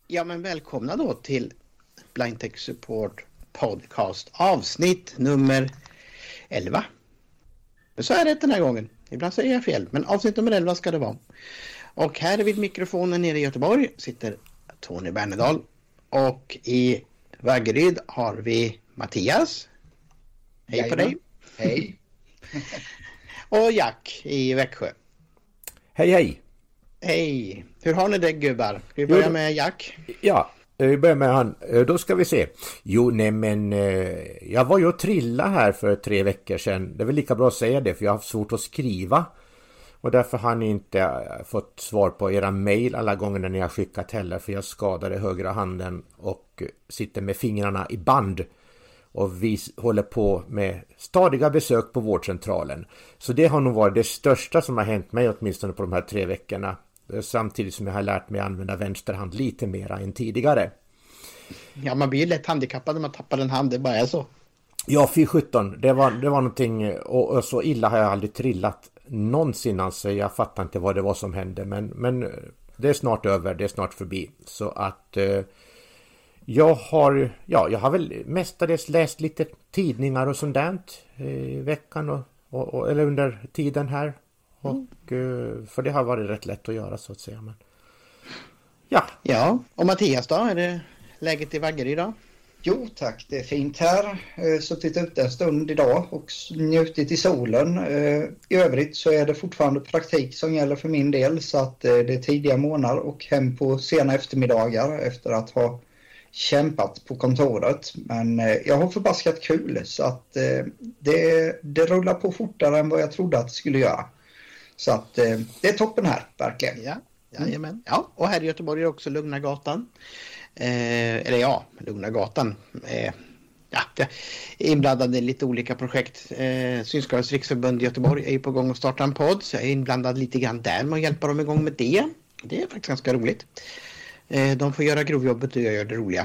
Ja, men välkomna då till Blind Tech Support Podcast avsnitt nummer 11. Men så är det den här gången. Ibland säger jag fel, men avsnitt nummer 11 ska det vara. Och här vid mikrofonen nere i Göteborg sitter Tony Bernedal. Och i Vaggeryd har vi Mattias. Hej på dig. Hej. Och Jack i Växjö. Hej, hej. Hej. Hur har ni det, gubbar? Vi börjar med Jack. Ja, vi börjar med han. Då ska vi se. Jo, nej men jag var ju och trilla här för 3 veckor sedan. Det är väl lika bra att säga det, för jag har haft svårt att skriva. Och därför har ni inte fått svar på era mejl alla gånger när ni har skickat heller. För jag skadade högra handen och sitter med fingrarna i band. Och vi håller på med stadiga besök på vårdcentralen. Så det har nog varit det största som har hänt mig åtminstone på de här 3 veckorna. Samtidigt som jag har lärt mig använda vänsterhand lite mer än tidigare. Ja, man blir ju lätt handikappad när man tappar en hand, det bara är så. Ja, fy 17. Det var någonting, och så illa har jag aldrig trillat någonsin, alltså jag fattar inte vad det var som hände. Men det är snart över, det är snart förbi. Så att jag har väl mestadels läst lite tidningar och sånt där i veckan och eller under tiden här. Och för det har varit rätt lätt att göra, så att säga. Men ja, och Mattias då? Är det läget i Vaggeryd idag? Jo tack, det är fint här. Suttit ute en stund idag och njutit i solen. I övrigt så är det fortfarande praktik som gäller för min del, så att det är tidiga morgnar och hem på sena eftermiddagar efter att ha kämpat på kontoret. Men jag har förbaskat kul, så att det rullar på fortare än vad jag trodde att det skulle göra. Så att det är toppen här, verkligen. Ja, jajamän. Ja, och här i Göteborg är också Lugna gatan. Lugna gatan. Jag är inblandad i lite olika projekt. Synskadades riksförbund i Göteborg är ju på gång att starta en podd. Så jag är inblandad lite grann där med att hjälpa dem igång med det. Det är faktiskt ganska roligt. De får göra grovjobbet och jag gör det roliga.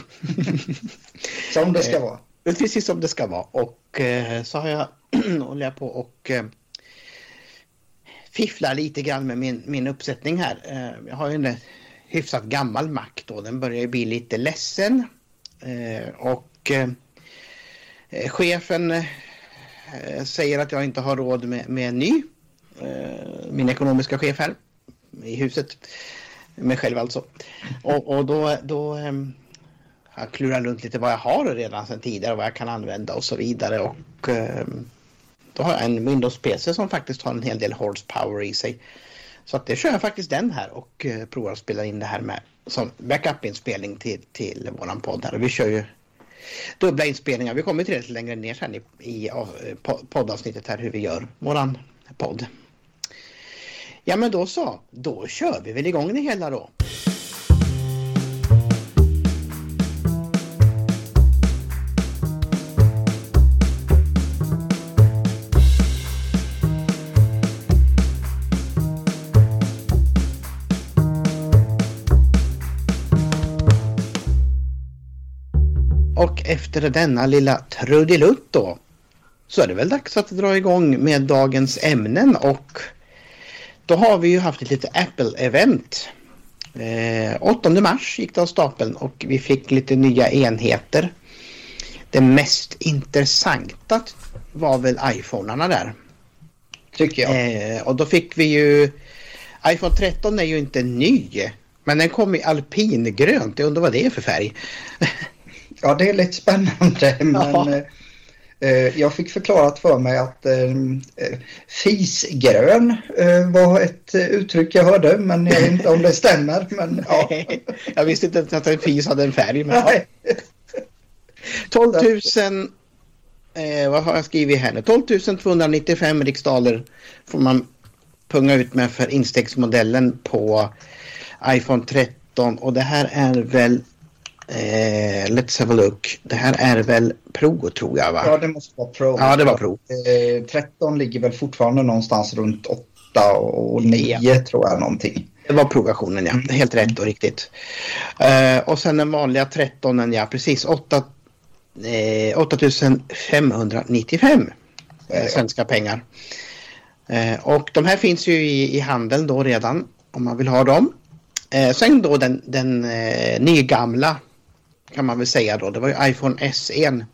Som det ska vara. Precis som det ska vara. Och så har jag håller på och fifflar lite grann med min uppsättning här. Jag har ju en hyfsat gammal Mac då. Den börjar bli lite ledsen. Och chefen säger att jag inte har råd med en ny. Min ekonomiska chef här i huset. Mig själv alltså. Och då jag klurar runt lite vad jag har redan sedan tidigare, vad jag kan använda och så vidare. Och då har jag en Windows-PC som faktiskt har en hel del horsepower i sig. Så att det kör jag faktiskt den här och provar att spela in det här med som backup-inspelning till våran podd här. Och vi kör ju dubbla inspelningar. Vi kommer till det längre ner sen i poddavsnittet här hur vi gör våran podd. Ja, men då kör vi väl igång det hela då. Och efter denna lilla trudelutt då så är det väl dags att dra igång med dagens ämnen, och då har vi ju haft ett litet Apple-event. 8 mars gick det av stapeln och vi fick lite nya enheter. Det mest intressanta var väl iPhonearna där. Tycker jag. Och då fick vi ju iPhone 13 är ju inte ny, men den kom i alpingrönt. Jag undrar vad det är för färg. Ja, det är lite spännande, men jag fick förklarat för mig att fisgrön var ett uttryck jag hörde, men jag vet inte om det stämmer. Men, ja. Jag visste inte att en fis hade en färg. Men... 12 000, vad har jag skrivit här nu? 12 295 riksdaler får man punga ut med för instegsmodellen på iPhone 13, och det här är väl let's have a look. Det här är väl Pro, tror jag, va? Ja, det måste vara Pro. Ja, det var Pro. 13 ligger väl fortfarande någonstans runt 8 och 9 tror jag någonting. Det var Pro-versionen, ja. Helt rätt och riktigt. Och sen den vanliga 13, ja, precis. 8595 svenska pengar. Och de här finns ju i handeln då redan, om man vill ha dem. Sen då den nygamla kan man väl säga då. Det var ju iPhone SE.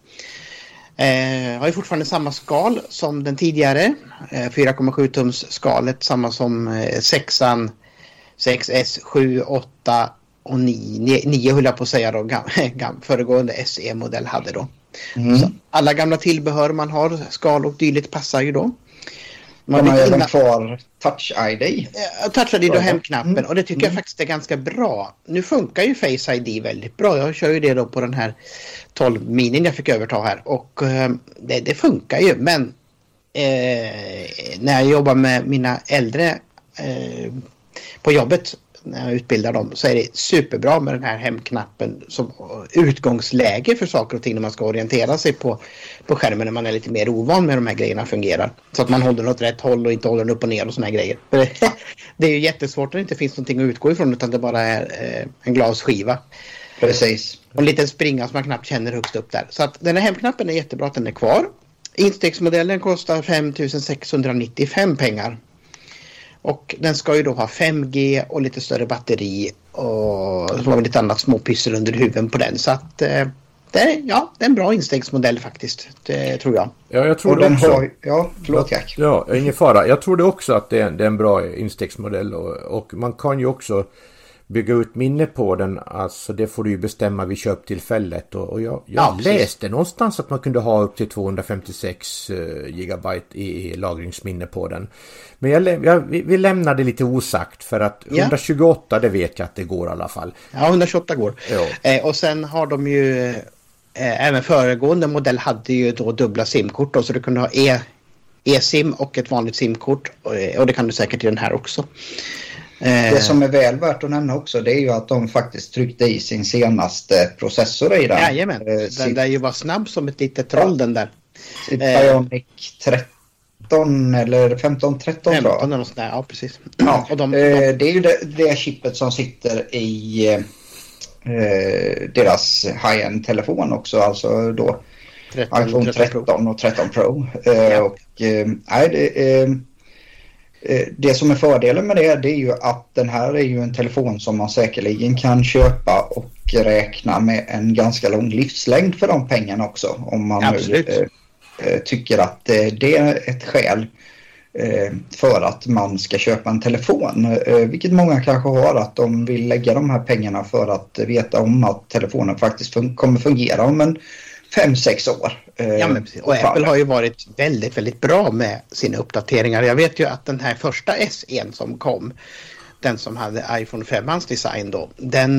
Har ju fortfarande samma skal som den tidigare. 4,7 tums skalet, samma som 6an, 6S, 7, 8 och 9 höll jag på att säga då. Föregående SE-modell hade då. Så alla gamla tillbehör man har, skal och dylikt passar ju då. Man har även kvar Touch ID. Touch ID och hemknappen. Och det tycker jag faktiskt är ganska bra. Nu funkar ju Face ID väldigt bra. Jag kör ju det då på den här 12 minin jag fick överta här. Och det funkar ju. Men när jag jobbar med mina äldre på jobbet, när jag utbildar dem, så är det superbra med den här hemknappen som utgångsläge för saker och ting när man ska orientera sig på skärmen när man är lite mer ovan med de här grejerna fungerar. Så att man håller den åt rätt håll och inte håller den upp och ner och såna här grejer. Det är ju jättesvårt när det inte finns någonting att utgå ifrån utan det bara är en glasskiva. Precis. Och en liten springa som man knappt känner högst upp där. Så att den här hemknappen är jättebra att den är kvar. Instegsmodellen kostar 5 695 pengar. Och den ska ju då ha 5G och lite större batteri och så har vi lite annat småpyssel under huven på den. Så att det är en bra instegsmodell faktiskt, det tror jag. Ja, jag tror och det den också. Förlåt Jack. Ja, ingen fara. Jag tror det också att det är en bra instegsmodell och man kan ju också bygga ut minne på den, alltså det får du ju bestämma vid köptillfället och jag läste någonstans att man kunde ha upp till 256 gigabyte i lagringsminne på den. Men vi lämnar det lite osagt för att 128 det vet jag att det går i alla fall. Ja, 128 går. Ja. Och sen har de ju även föregående modell hade ju då dubbla simkort då, så du kunde ha e-sim och ett vanligt simkort och det kan du säkert i den här också. Det som är väl värt att nämna också, det är ju att de faktiskt tryckte i sin senaste processor i den. Jajamän, den där ju var snabb som ett litet troll den där. Bionic 13 eller 1513 tror jag. Eller sånt där, ja precis. Ja, och det är ju det chippet som sitter i deras high-end telefon också, alltså då 13, iPhone 13 och 13 Pro. Det som är fördelen med det är ju att den här är ju en telefon som man säkerligen kan köpa och räkna med en ganska lång livslängd för de pengarna också. Om man nu tycker att det är ett skäl för att man ska köpa en telefon. Vilket många kanske har, att de vill lägga de här pengarna för att veta om att telefonen faktiskt kommer fungera om en 5-6 år. Ja, men precis. Och Apple har ju varit väldigt, väldigt bra med sina uppdateringar. Jag vet ju att den här första SE som kom, den som hade iPhone 5-ans design då,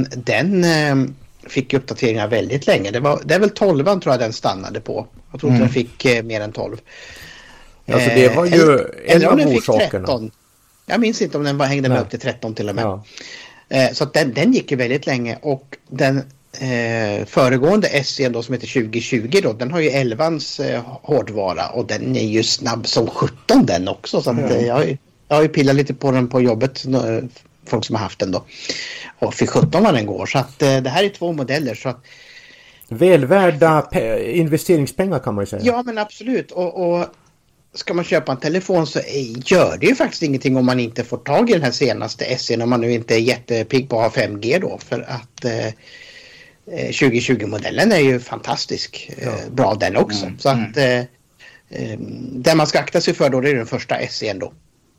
den fick uppdateringar väldigt länge. Det är väl 12an tror jag den stannade på. Jag tror inte den fick mer än 12. Alltså det var ju en av orsakerna. Jag minns inte om den hängde med upp till 13 till och med. Ja. Så att den gick ju väldigt länge och den föregående SE då som heter 2020 då, den har ju 11ans hårdvara och den är ju snabb som 17 den också, så att jag har ju pillat lite på den på jobbet, folk som har haft den då, och för 17 vad den går, så att det här är 2 modeller, så att välvärda investeringspengar kan man ju säga. Ja men absolut, och ska man köpa en telefon så gör det ju faktiskt ingenting om man inte får tag i den här senaste SE, om man nu inte är jättepigg på att ha 5G då, för att 2020-modellen är ju fantastisk, bra den också. Så att det man ska akta sig för då, det är den första SE då.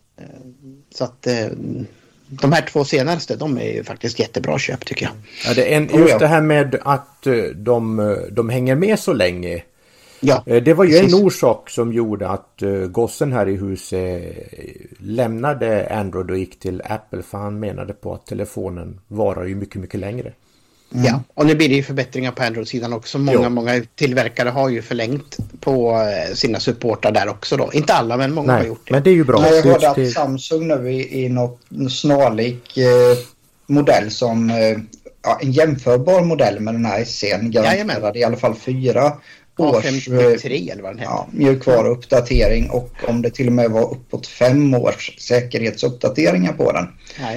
Så att de här 2 senaste, de är ju faktiskt jättebra köp tycker jag. Ja, just det här med att de hänger med så länge. Ja, det var ju en orsak som gjorde att gossen här i huset lämnade Android och gick till Apple, för han menade på att telefonen varar ju mycket, mycket längre. Ja, och nu blir det ju förbättringar på Android-sidan också. Många tillverkare har ju förlängt på sina supportar där också då. Inte alla, men många har gjort det. Men det är ju bra. Jag hörde att Samsung nu i något snarlik modell som en jämförbar modell med den här SE'n garanterade i alla fall 4 års 53 eller vad den heter. Mjukvaruuppdatering, och om det till och med var uppåt 5 års säkerhetsuppdateringar på den.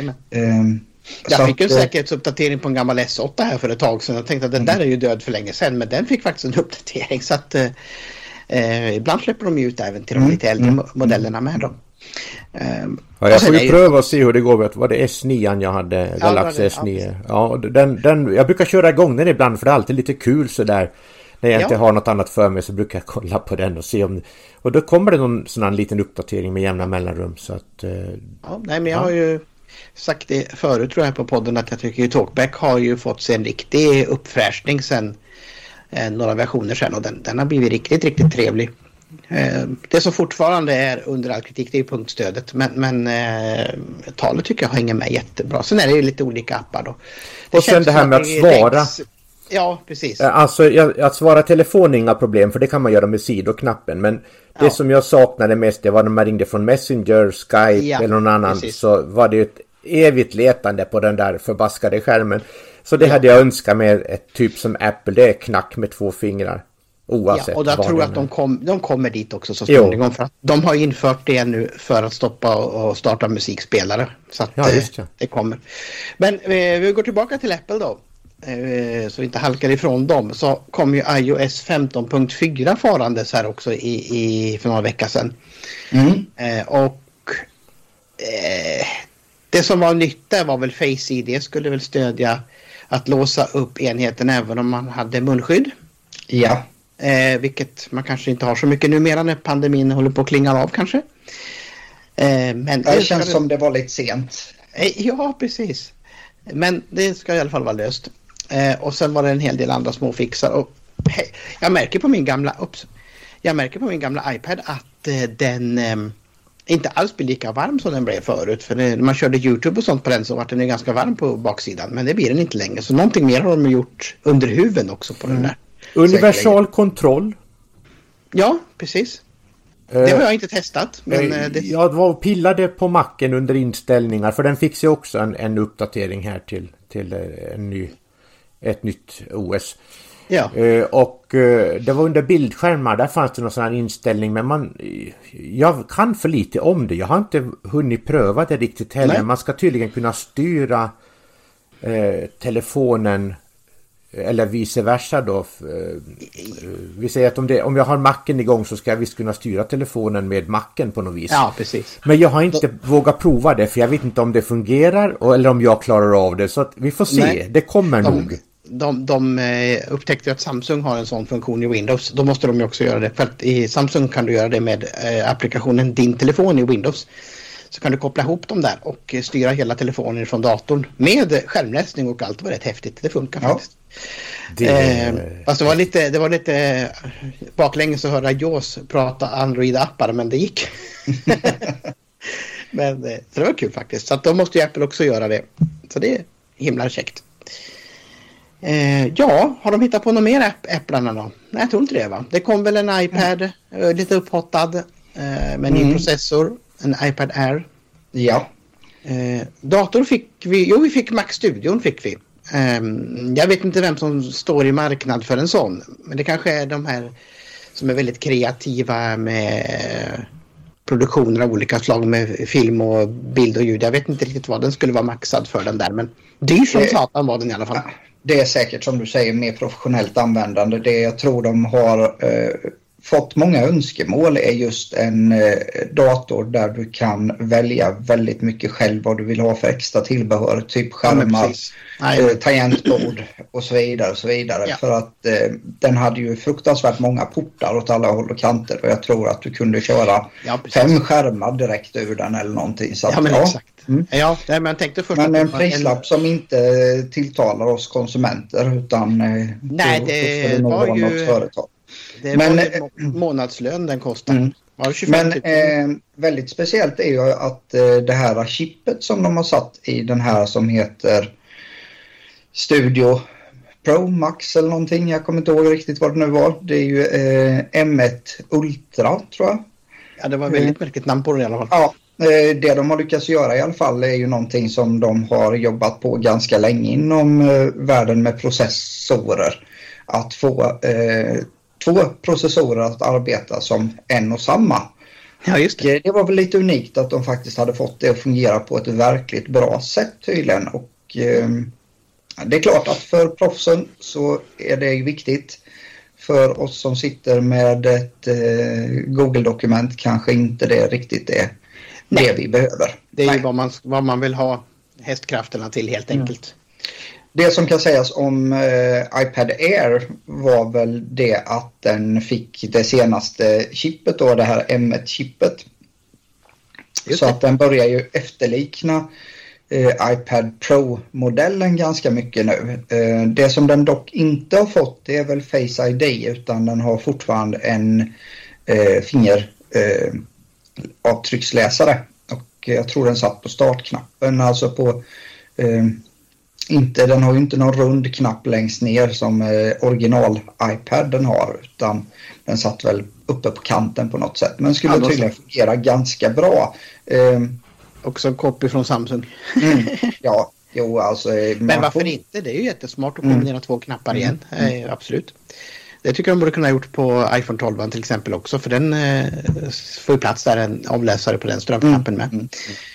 Jag fick en säkerhetsuppdatering på en gammal S8 här för ett tag sedan. Jag tänkte att den där är ju död för länge sedan, men den fick faktiskt en uppdatering, så att ibland släpper de ut även till de lite äldre modellerna med dem. Ja, jag får ju pröva och se hur det går. Var det S9 jag hade? Galaxy S9. Ja, jag brukar köra igång den ibland för det är alltid lite kul så där. När jag inte har något annat för mig så brukar jag kolla på den och se om... Och då kommer det någon sån här liten uppdatering med jämna mellanrum så att... men jag har ju sagt det förut tror jag på podden att jag tycker att Talkback har ju fått sig en riktig uppfräschning sen några versioner sedan och den har blivit riktigt, riktigt trevlig. Det som fortfarande är under all kritik det är ju punktstödet men talet tycker jag hänger med jättebra. Sen är det ju lite olika appar då. Och sen det här med att svara. Ja, precis. Alltså att svara telefon är inga problem för det kan man göra med sidoknappen men det som jag saknade mest det var när man ringde från Messenger, Skype eller någon annan så var det ju ett evigt letande på den där förbaskade skärmen. Så det hade jag önskat med ett typ som Apple, det är knack med 2 fingrar. Oavsett. Ja, och jag tror att de kommer dit också så småningom för att de har infört det nu för att stoppa och starta musikspelare. Så att det kommer. Men vi går tillbaka till Apple då. Så vi inte halkar ifrån dem så kom ju iOS 15.4 farandes här också för några veckor sedan. Det som var nytt där var väl Face ID skulle väl stödja att låsa upp enheten även om man hade munskydd. Ja. Vilket man kanske inte har så mycket numera när pandemin håller på att klinga av kanske. Men det känns som det var lite sent. Ja, precis. Men det ska i alla fall vara löst. Och sen var det en hel del andra små fixar. Och jag märker på min gamla iPad att den inte alls blir lika varm som den blev förut. För när man körde YouTube och sånt på den så var den ganska varm på baksidan. Men det blir den inte längre. Så någonting mer har de gjort under huven också på den där. Universal kontroll. Ja, precis. Det har jag inte testat. Men jag var och pillade på Macen under inställningar. För den fick sig också en uppdatering här till ett nytt OS. Ja. Och det var under bildskärmar. Där fanns det någon sån här inställning. Men jag kan för lite om det. Jag har inte hunnit pröva det riktigt heller. Nej. Man ska tydligen kunna styra telefonen eller vice versa då. Vi säger att om jag har Macen igång så ska jag visst kunna styra telefonen med Macen på något vis. Ja, precis. Men jag har inte vågat prova det för jag vet inte om det fungerar eller om jag klarar av det. Så att vi får se, nej. Det kommer nog. De upptäckte att Samsung har en sån funktion i Windows. Då måste de ju också göra det. För att i Samsung kan du göra det med applikationen Din telefon i Windows. Så kan du koppla ihop dem där och styra hela telefonen från datorn med skärmläsning och allt var rätt häftigt. Det funkar faktiskt. Fast det var lite baklänges att höra JAWS prata Android-appar men det gick. Men så det var kul faktiskt. Så att då måste ju Apple också göra det. Så det är himla käckt. Har de hittat på något mer Applarna då? Nej, jag tror inte det va? Det kom väl en iPad lite upphottad med en ny processor. En iPad Air. Ja. Dator fick vi. Vi fick Mac Studion fick vi. Jag vet inte vem som står i marknad för en sån. Men det kanske är de här som är väldigt kreativa med produktioner av olika slag med film och bild och ljud. Jag vet inte riktigt vad den skulle vara maxad för den där. Men dyr som satan var den i alla fall. Det är säkert som du säger mer professionellt användande. Det jag tror de har fått många önskemål är just en dator där du kan välja väldigt mycket själv vad du vill ha för extra tillbehör. Typ skärmar, tangentbord och så vidare. Och så vidare. Ja. För att den hade ju fruktansvärt många portar åt alla håll och kanter. Och jag tror att du kunde köra 5 skärmar direkt ur den eller någonting. Så att, exakt. Men jag tänkte först men en prislapp som inte tilltalar oss konsumenter utan det var ju något företag. Det var månadslön den kostar. Men väldigt speciellt är ju att det här chippet som de har satt i den här som heter Studio Pro Max eller någonting. Jag kommer inte ihåg riktigt vad det nu var. Det är ju M1 Ultra tror jag. Ja, det var väldigt märkligt namn på det i alla fall. Ja, det de har lyckats göra i alla fall är ju någonting som de har jobbat på ganska länge inom världen med processorer. Att få 2 processorer att arbeta som en och samma. Ja, just det. Det var väl lite unikt att de faktiskt hade fått det att fungera på ett verkligt bra sätt tydligen. Och det är klart att för proffsen så är det viktigt. För oss som sitter med ett Google-dokument kanske inte det riktigt är. det vi behöver. Det är ju vad man vill ha hästkrafterna till helt enkelt. Det som kan sägas om iPad Air var väl det att den fick det senaste chippet då, det här M1-chippet. Så att den börjar ju efterlikna iPad Pro-modellen ganska mycket nu. Det som den dock inte har fått, det är väl Face ID, utan den har fortfarande en fingeravtrycksläsare. Och jag tror den satt på startknappen, alltså på den har ju inte någon rund knapp längst ner som original iPaden har, utan den satt väl uppe på kanten på något sätt. Men skulle tydligen fungera ganska bra. Också en copy från Samsung. Ja, jo alltså. Men varför inte? Det är ju jättesmart att kombinera två knappar igen. Absolut. Det tycker jag de borde kunna ha gjort på iPhone 12 till exempel också. För den får ju plats där, en avläsare på den strömknappen med.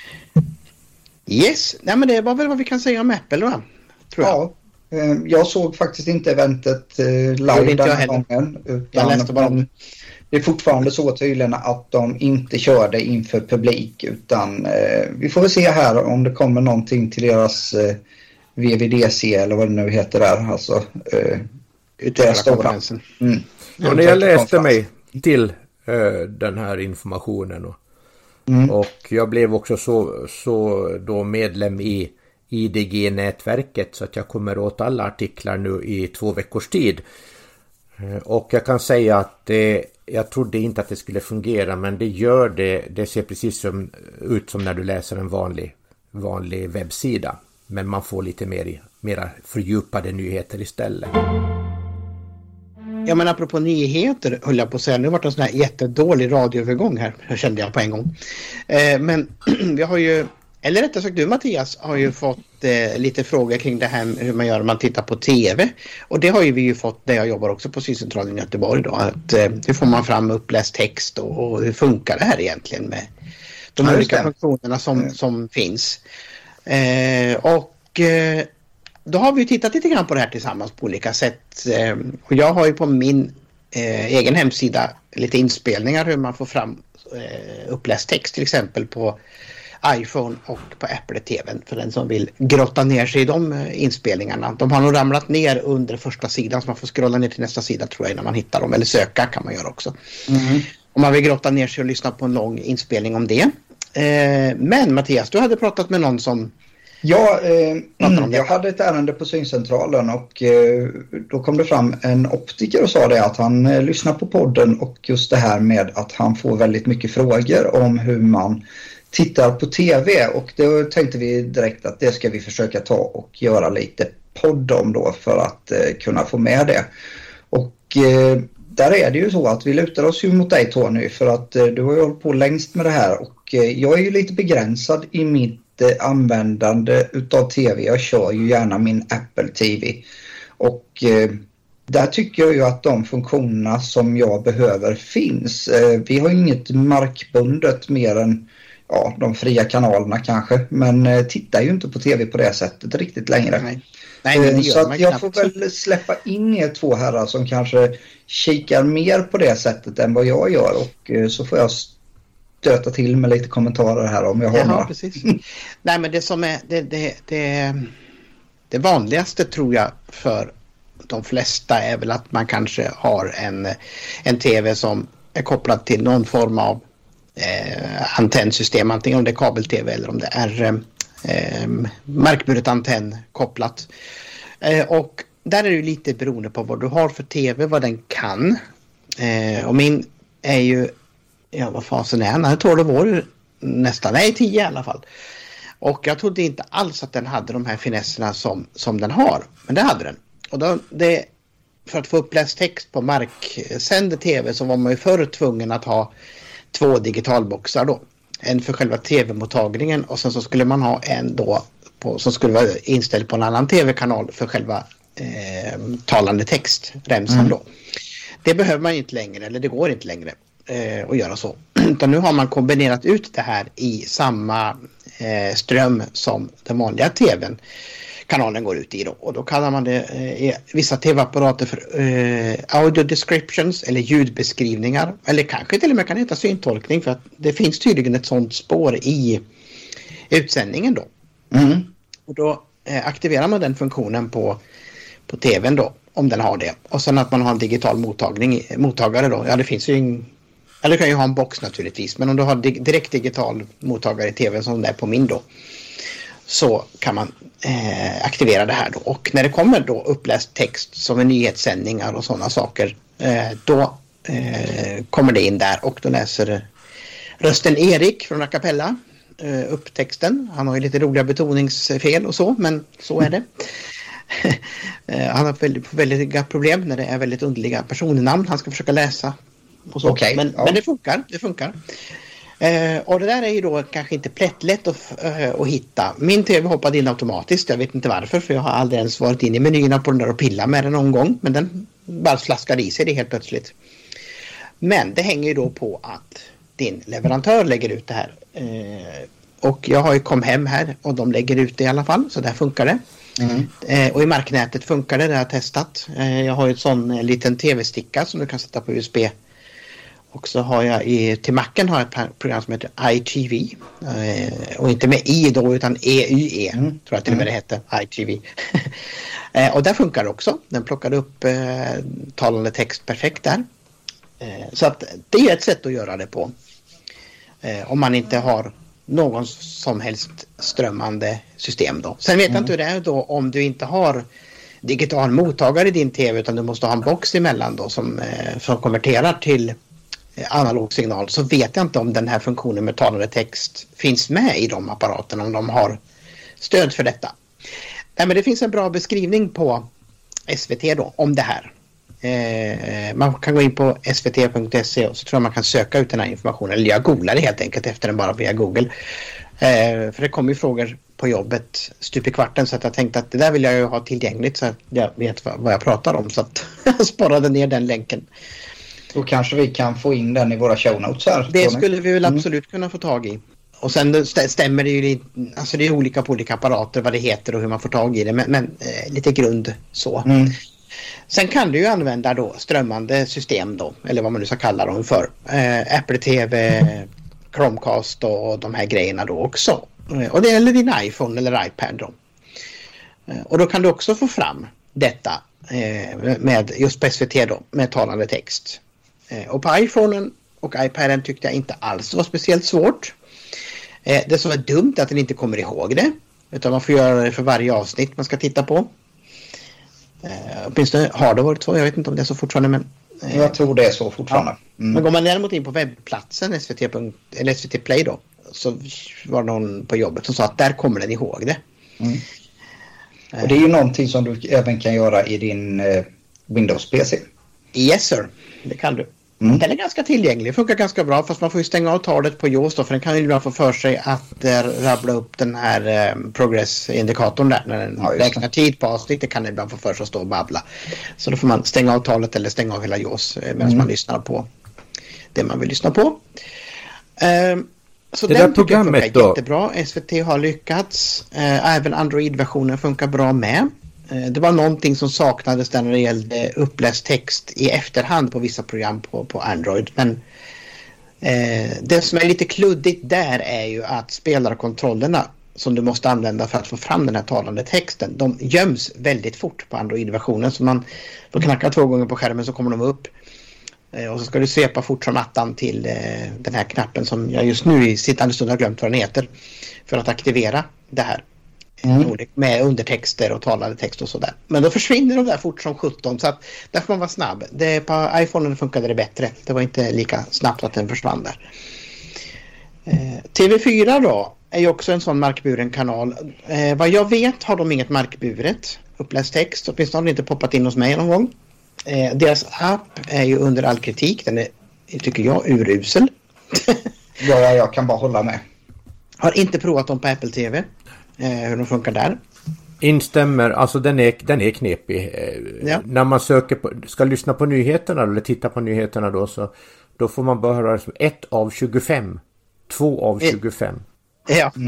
Yes, nej men det var väl vad vi kan säga om Apple då, tror jag. Ja, jag såg faktiskt inte eventet live den här gången. Jag läste bara om det. Det är fortfarande så tydligen att de inte körde inför publik, utan vi får väl se här om det kommer någonting till deras VVDC eller vad det nu heter där. Alltså deras stora. Och när jag läste mig till den här informationen och jag blev också så då medlem i IDG-nätverket, så att jag kommer åt alla artiklar nu i 2 veckors tid. Och jag kan säga att jag trodde inte att det skulle fungera, men det gör det. Det ser precis ut som när du läser en vanlig webbsida. Men man får lite mera fördjupade nyheter istället. Ja, men apropå nyheter höll jag på att säga. Nu har det varit en sån här jättedålig radioövergång här. Det kände jag på en gång. Men vi har ju, eller rättare sagt du Mattias, har ju fått lite frågor kring det här hur man gör när man tittar på tv. Och det har ju vi ju fått där jag jobbar också på Syncentralen i Göteborg då. Att, hur får man fram uppläst text och hur funkar det här egentligen med de olika funktionerna som finns. Då har vi tittat lite grann på det här tillsammans på olika sätt. Och jag har ju på min egen hemsida lite inspelningar hur man får fram uppläst text till exempel på iPhone och på Apple-tvn för den som vill grotta ner sig i de inspelningarna. De har nog ramlat ner under första sidan så man får scrolla ner till nästa sida tror jag innan man hittar dem. Eller söka kan man göra också. Om man vill grotta ner sig och lyssna på en lång inspelning om det. Men Mattias, du hade pratat med någon som... Ja, jag hade ett ärende på Syncentralen och då kom det fram en optiker och sa det att han lyssnar på podden och just det här med att han får väldigt mycket frågor om hur man tittar på tv, och då tänkte vi direkt att det ska vi försöka ta och göra lite podd om då för att kunna få med det. Och där är det ju så att vi lutar oss ju mot dig Tony, för att du har ju hållit på längst med det här och jag är ju lite begränsad i mitt användande utav tv. Jag kör ju gärna min Apple TV och där tycker jag ju att de funktionerna som jag behöver finns. Vi har ju inget markbundet mer än de fria kanalerna kanske, men tittar ju inte på tv på det sättet riktigt längre. Nej, så att jag får väl släppa in er två herrar som kanske kikar mer på det sättet än vad jag gör, och så får jag stöta till med lite kommentarer här om jag har några. Precis. Nej, men det som är det vanligaste tror jag för de flesta är väl att man kanske har en tv som är kopplad till någon form av antennsystem, antingen om det är kabel-tv eller om det är markburet antenn kopplat. Och där är det ju lite beroende på vad du har för tv, vad den kan. Och min är ju, vad fasen är den? Den är 12 år nästan, 10 i alla fall. Och jag trodde inte alls att den hade de här finesserna som den har. Men det hade den. Och då, för att få uppläst text på marksänd tv så var man ju förr tvungen att ha 2 digitalboxar då. En för själva tv-mottagningen och sen så skulle man ha en då som skulle vara inställd på en annan tv-kanal för själva talande textremsan då. Det behöver man inte längre, eller det går inte längre att göra så. Utan nu har man kombinerat ut det här i samma ström som den vanliga tvn kanalen går ut i då. Och då kallar man det i vissa tv-apparater för audio descriptions eller ljudbeskrivningar. Eller kanske till och med kan heta syntolkning, för att det finns tydligen ett sånt spår i utsändningen då. Och då aktiverar man den funktionen på tvn då, om den har det. Och sen att man har en digital mottagare då. Ja, det finns ju eller du kan ju ha en box naturligtvis, men om du har direkt digital mottagare i tvn som det är på min då, så kan man aktivera det här då. Och när det kommer då uppläst text som är nyhetssändningar och sådana saker, då kommer det in där och då läser rösten Erik från A Cappella upp texten. Han har ju lite roliga betoningsfel och så, men så är det. Han har väldigt problem när det är väldigt underliga personnamn han ska försöka läsa. Och så. Okay, men det funkar. Och det där är ju då kanske inte plättlätt att hitta. Min tv hoppade in automatiskt. Jag vet inte varför, för jag har aldrig ens varit in i menyerna på den där och pilla med den någon gång. Men den bara flaskade i sig det helt plötsligt. Men det hänger ju då på att din leverantör lägger ut det här. Och jag har ju kom hem här och de lägger ut det i alla fall. Så där funkar det. Och i marknätet funkar det, det har jag testat. Jag har ju ett sån liten tv-sticka som du kan sätta på USB. Och så har jag till Macen har jag ett program som heter iTV. Och inte med i då utan EYE tror jag till och med det heter, iTV. Och där funkar det också. Den plockade upp talande text perfekt där. Så att det är ett sätt att göra det på. Om man inte har någon som helst strömmande system då. Sen vet jag inte hur det är då om du inte har digital mottagare i din tv, utan du måste ha en box emellan då som konverterar till analog signal, så vet jag inte om den här funktionen med talande text finns med i de apparaterna, om de har stöd för detta. Nej, men det finns en bra beskrivning på SVT då om det här. Man kan gå in på svt.se och så tror jag man kan söka ut den här informationen, eller jag googlar det helt enkelt efter den bara via Google. För det kommer ju frågor på jobbet stup i kvarten, så att jag tänkte att det där vill jag ju ha tillgängligt så att jag vet vad jag pratar om, så att jag sparade ner den länken. Då kanske vi kan få in den i våra show notes här. Det skulle vi väl absolut kunna få tag i. Och sen stämmer det ju, alltså det är olika på olika apparater vad det heter och hur man får tag i det, men lite grund så. Sen kan du ju använda då strömmande system då, eller vad man nu ska kalla dem för. Apple TV, Chromecast och de här grejerna då också. Och det gäller din iPhone eller iPad då. Och då kan du också få fram detta med just på SVT då, med talande text. Och på iPhonen och iPaden tyckte jag inte alls var speciellt svårt. Det som är dumt är att den inte kommer ihåg det, utan man får göra det för varje avsnitt man ska titta på. Åtminstone har det varit så, jag vet inte om det är så fortfarande, men jag tror det är så fortfarande. Men går man däremot in på webbplatsen SVT Play då, så var någon på jobbet som sa att där kommer den ihåg det. Och det är ju någonting som du även kan göra i din Windows-PC. Yes sir, det kan du. Den är ganska tillgänglig, funkar ganska bra, fast man får ju stänga av talet på JAWS då, för den kan ju ibland få för sig att rabbla upp den här progress-indikatorn där när den räknar tid på avsnitt. Det kan ibland få för sig att stå och babbla. Så då får man stänga av talet eller stänga av hela JAWS medan man lyssnar på det man vill lyssna på. Så det den där programmet funkar jättebra. SVT har lyckats. Även Android-versionen funkar bra med. Det var någonting som saknades där när det gällde uppläst text i efterhand på vissa program på Android. Men det som är lite kluddigt där är ju att spelarkontrollerna som du måste använda för att få fram den här talande texten, de göms väldigt fort på Android-versionen. Så man får knacka 2 gånger på skärmen så kommer de upp. Och så ska du svepa fort som attan till den här knappen som jag just nu i sittande stund har glömt vad den heter, för att aktivera det här. Med undertexter och talande text och sådär. Men då försvinner de där fort som 17, så att där får man vara snabb. På iPhone funkade det bättre. Det var inte lika snabbt att den försvann där. TV4 då är ju också en sån markburen kanal. Vad jag vet har de inget markburet uppläst text. Åtminstone har den inte poppat in hos mig någon gång. Deras app är ju under all kritik. Den är, tycker jag, urusel. Ja, jag kan bara hålla med. Har inte provat dem på Apple TV. Hur de funkar där. Instämmer, alltså den är knepig. När man ska lyssna på nyheterna eller titta på nyheterna då får man bara höra 1 av 25, 2 av 25. Ja.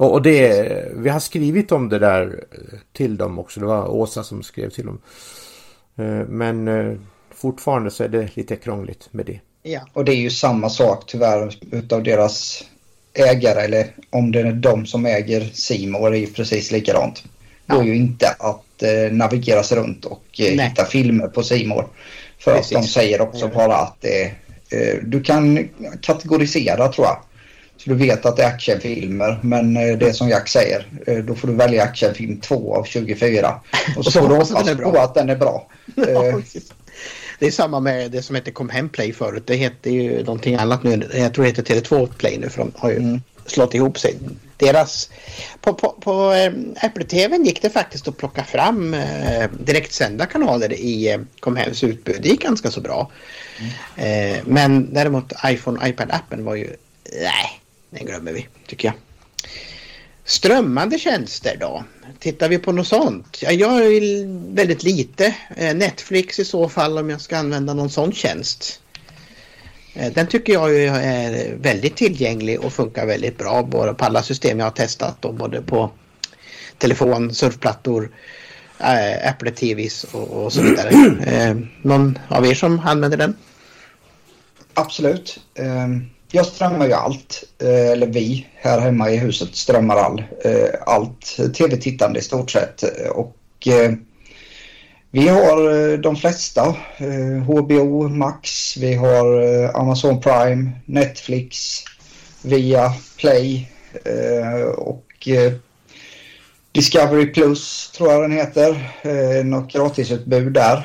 Och det, vi har skrivit om det där till dem också. Det var Åsa som skrev till dem. Men fortfarande så är det lite krångligt med det. Ja, och det är ju samma sak tyvärr utav deras ägare, eller om det är de som äger C More är ju precis likadant. Det går ju inte att navigera sig runt och hitta filmer på C More. För precis. Att de säger också bara att du kan kategorisera, tror jag. Så du vet att det är actionfilmer, men det som Jack säger, då får du välja actionfilm 2 av 24. Och så får du hoppas på att den är bra. Ja, det är samma med det som heter Come Hem Play förut. Det heter ju någonting annat nu. Jag tror det heter Tele2 Play nu, för de har ju slått ihop sig. Deras, på Apple TV gick det faktiskt att plocka fram direktsända kanaler i Come Hems utbud. Det gick ganska så bra. Men däremot iPad-appen var ju... Nej, den glömmer vi, tycker jag. Strömmande tjänster då? Tittar vi på något sånt? Ja, jag vill väldigt lite. Netflix i så fall, om jag ska använda någon sån tjänst. Den tycker jag är väldigt tillgänglig och funkar väldigt bra. Både på alla system jag har testat. Och både på telefon, surfplattor, Apple TVs och så vidare. Någon av er som använder den? Absolut. Jag strömmar ju allt, eller vi här hemma i huset strömmar allt tv-tittande i stort sett. Och vi har de flesta, HBO Max, vi har Amazon Prime, Netflix, via Play och Discovery Plus tror jag den heter, något gratisutbud där.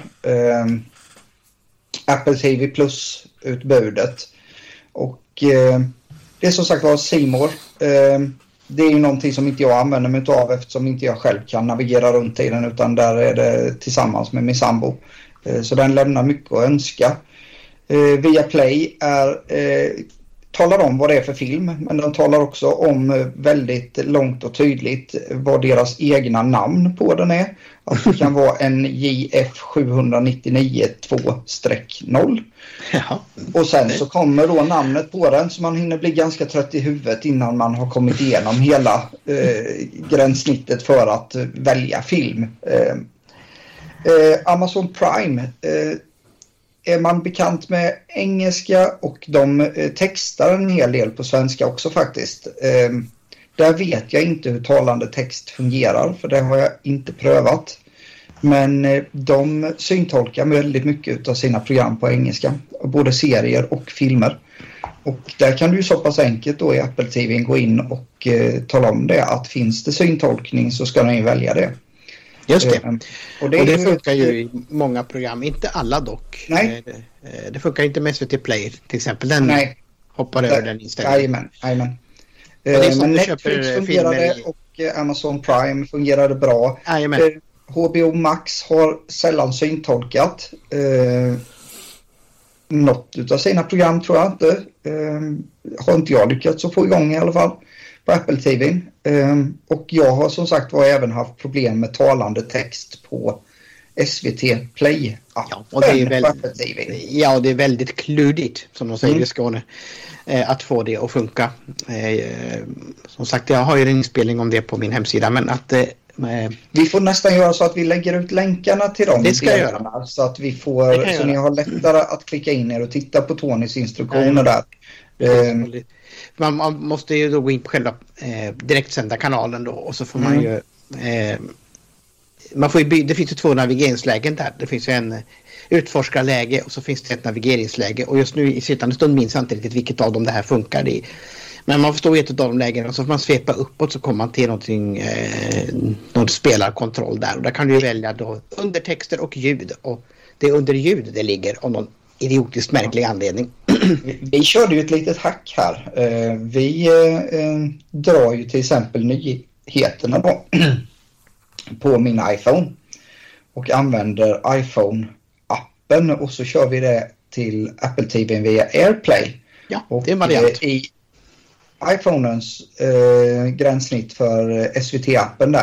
Apple TV Plus-utbudet. Och det är som sagt var C More. Det är ju någonting som inte jag använder mig av, eftersom inte jag själv kan navigera runt i den, utan där är det tillsammans med min sambo. Så den lämnar mycket att önska. Via Play talar om vad det är för film, men den talar också om väldigt långt och tydligt vad deras egna namn på den är. Att det kan vara en JF 799 2-0. Ja. Och sen så kommer då namnet på den, så man hinner bli ganska trött i huvudet innan man har kommit igenom hela gränssnittet för att välja film. Amazon Prime, är man bekant med engelska, och de textar en hel del på svenska också faktiskt. Där vet jag inte hur talande text fungerar, för det har jag inte prövat. Men de syntolkar väldigt mycket av sina program på engelska, både serier och filmer. Och där kan du ju så pass enkelt då i Apple TV gå in och tala om det, att finns det syntolkning så ska den ju välja det. Just det. Och det funkar ju i många program, inte alla dock. Nej. Det funkar inte med SVT Play till exempel. Den hoppar över den inställningen. Jajamän. Men Netflix fungerade och Amazon Prime fungerade bra. HBO Max har sällan syntolkat något av sina program, tror jag inte. Har inte jag lyckats att få igång i alla fall på Apple TV. Och jag har som sagt även haft problem med talande text på SVT Play. Ja, och det är det är väldigt kluddigt, som de säger i Skåne, att få det att funka. Som sagt, jag har ju en inspelning om det på min hemsida, men att vi får nästan göra så att vi lägger ut länkarna till dem. Det ska jag göra. Så att vi får, så ni har lättare att klicka in er och titta på Tonys instruktioner där. Man måste ju då gå in på själva direktsända kanalen då, och så får man ju man får ju det finns ju 2 navigeringslägen där. Det finns ju en utforskarläge och så finns det ett navigeringsläge, och just nu i sittande stund minns jag inte riktigt vilket av dem det här funkar i. Men man förstår ett av de lägena, och så får man svepa uppåt, så kommer man till någon spelarkontroll där, och där kan du välja då undertexter och ljud, och det är under ljud det ligger av någon idiotiskt märklig anledning. Vi körde ju ett litet hack här. Vi drar ju till exempel nyheterna då på min iPhone och använder iPhone-appen, och så kör vi det till Apple TV via AirPlay. Ja, och det är en variant. I iPhonens gränssnitt för SVT-appen där,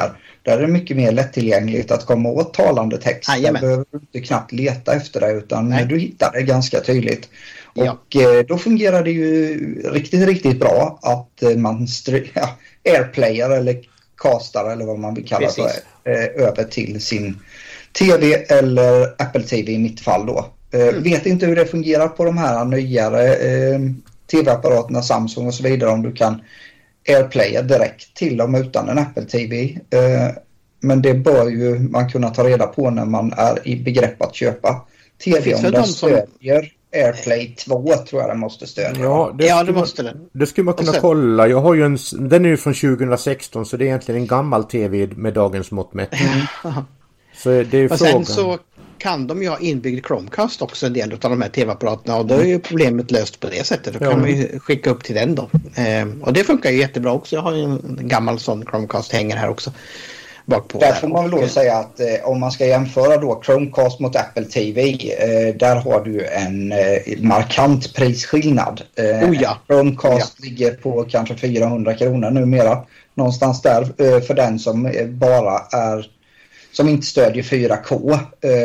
Där är det mycket mer lättillgängligt att komma åt talande text. Där behöver du inte knappt leta efter det, utan du hittar det ganska tydligt. Och då fungerar det ju riktigt, riktigt bra att man airplayar eller castar eller vad man vill kalla det över till sin TV eller Apple TV i mitt fall då. Vet inte hur det fungerar på de här nyare TV-apparaterna, Samsung och så vidare, om du kan airplaya direkt till dem utan en Apple TV. Men det bör ju man kunna ta reda på när man är i begrepp att köpa TV, om den stödjer AirPlay 2, tror jag den måste stödja. Ja, det måste den. Det skulle man kunna kolla. Jag har ju den är ju från 2016, så det är egentligen en gammal TV med dagens mått mätt. Så det är ju frågan. Sen så kan de ju ha inbyggd Chromecast också, en del av de här TV-apparaterna, och då är ju problemet löst på det sättet. Då kan man ju skicka upp till den då. Och det funkar ju jättebra också. Jag har ju en gammal sån Chromecast hänger här också. Där får man väl då säga att om man ska jämföra då Chromecast mot Apple TV, där har du en markant prisskillnad. Chromecast ligger på kanske 400 kronor numera. Någonstans där för den som bara som inte stödjer 4K.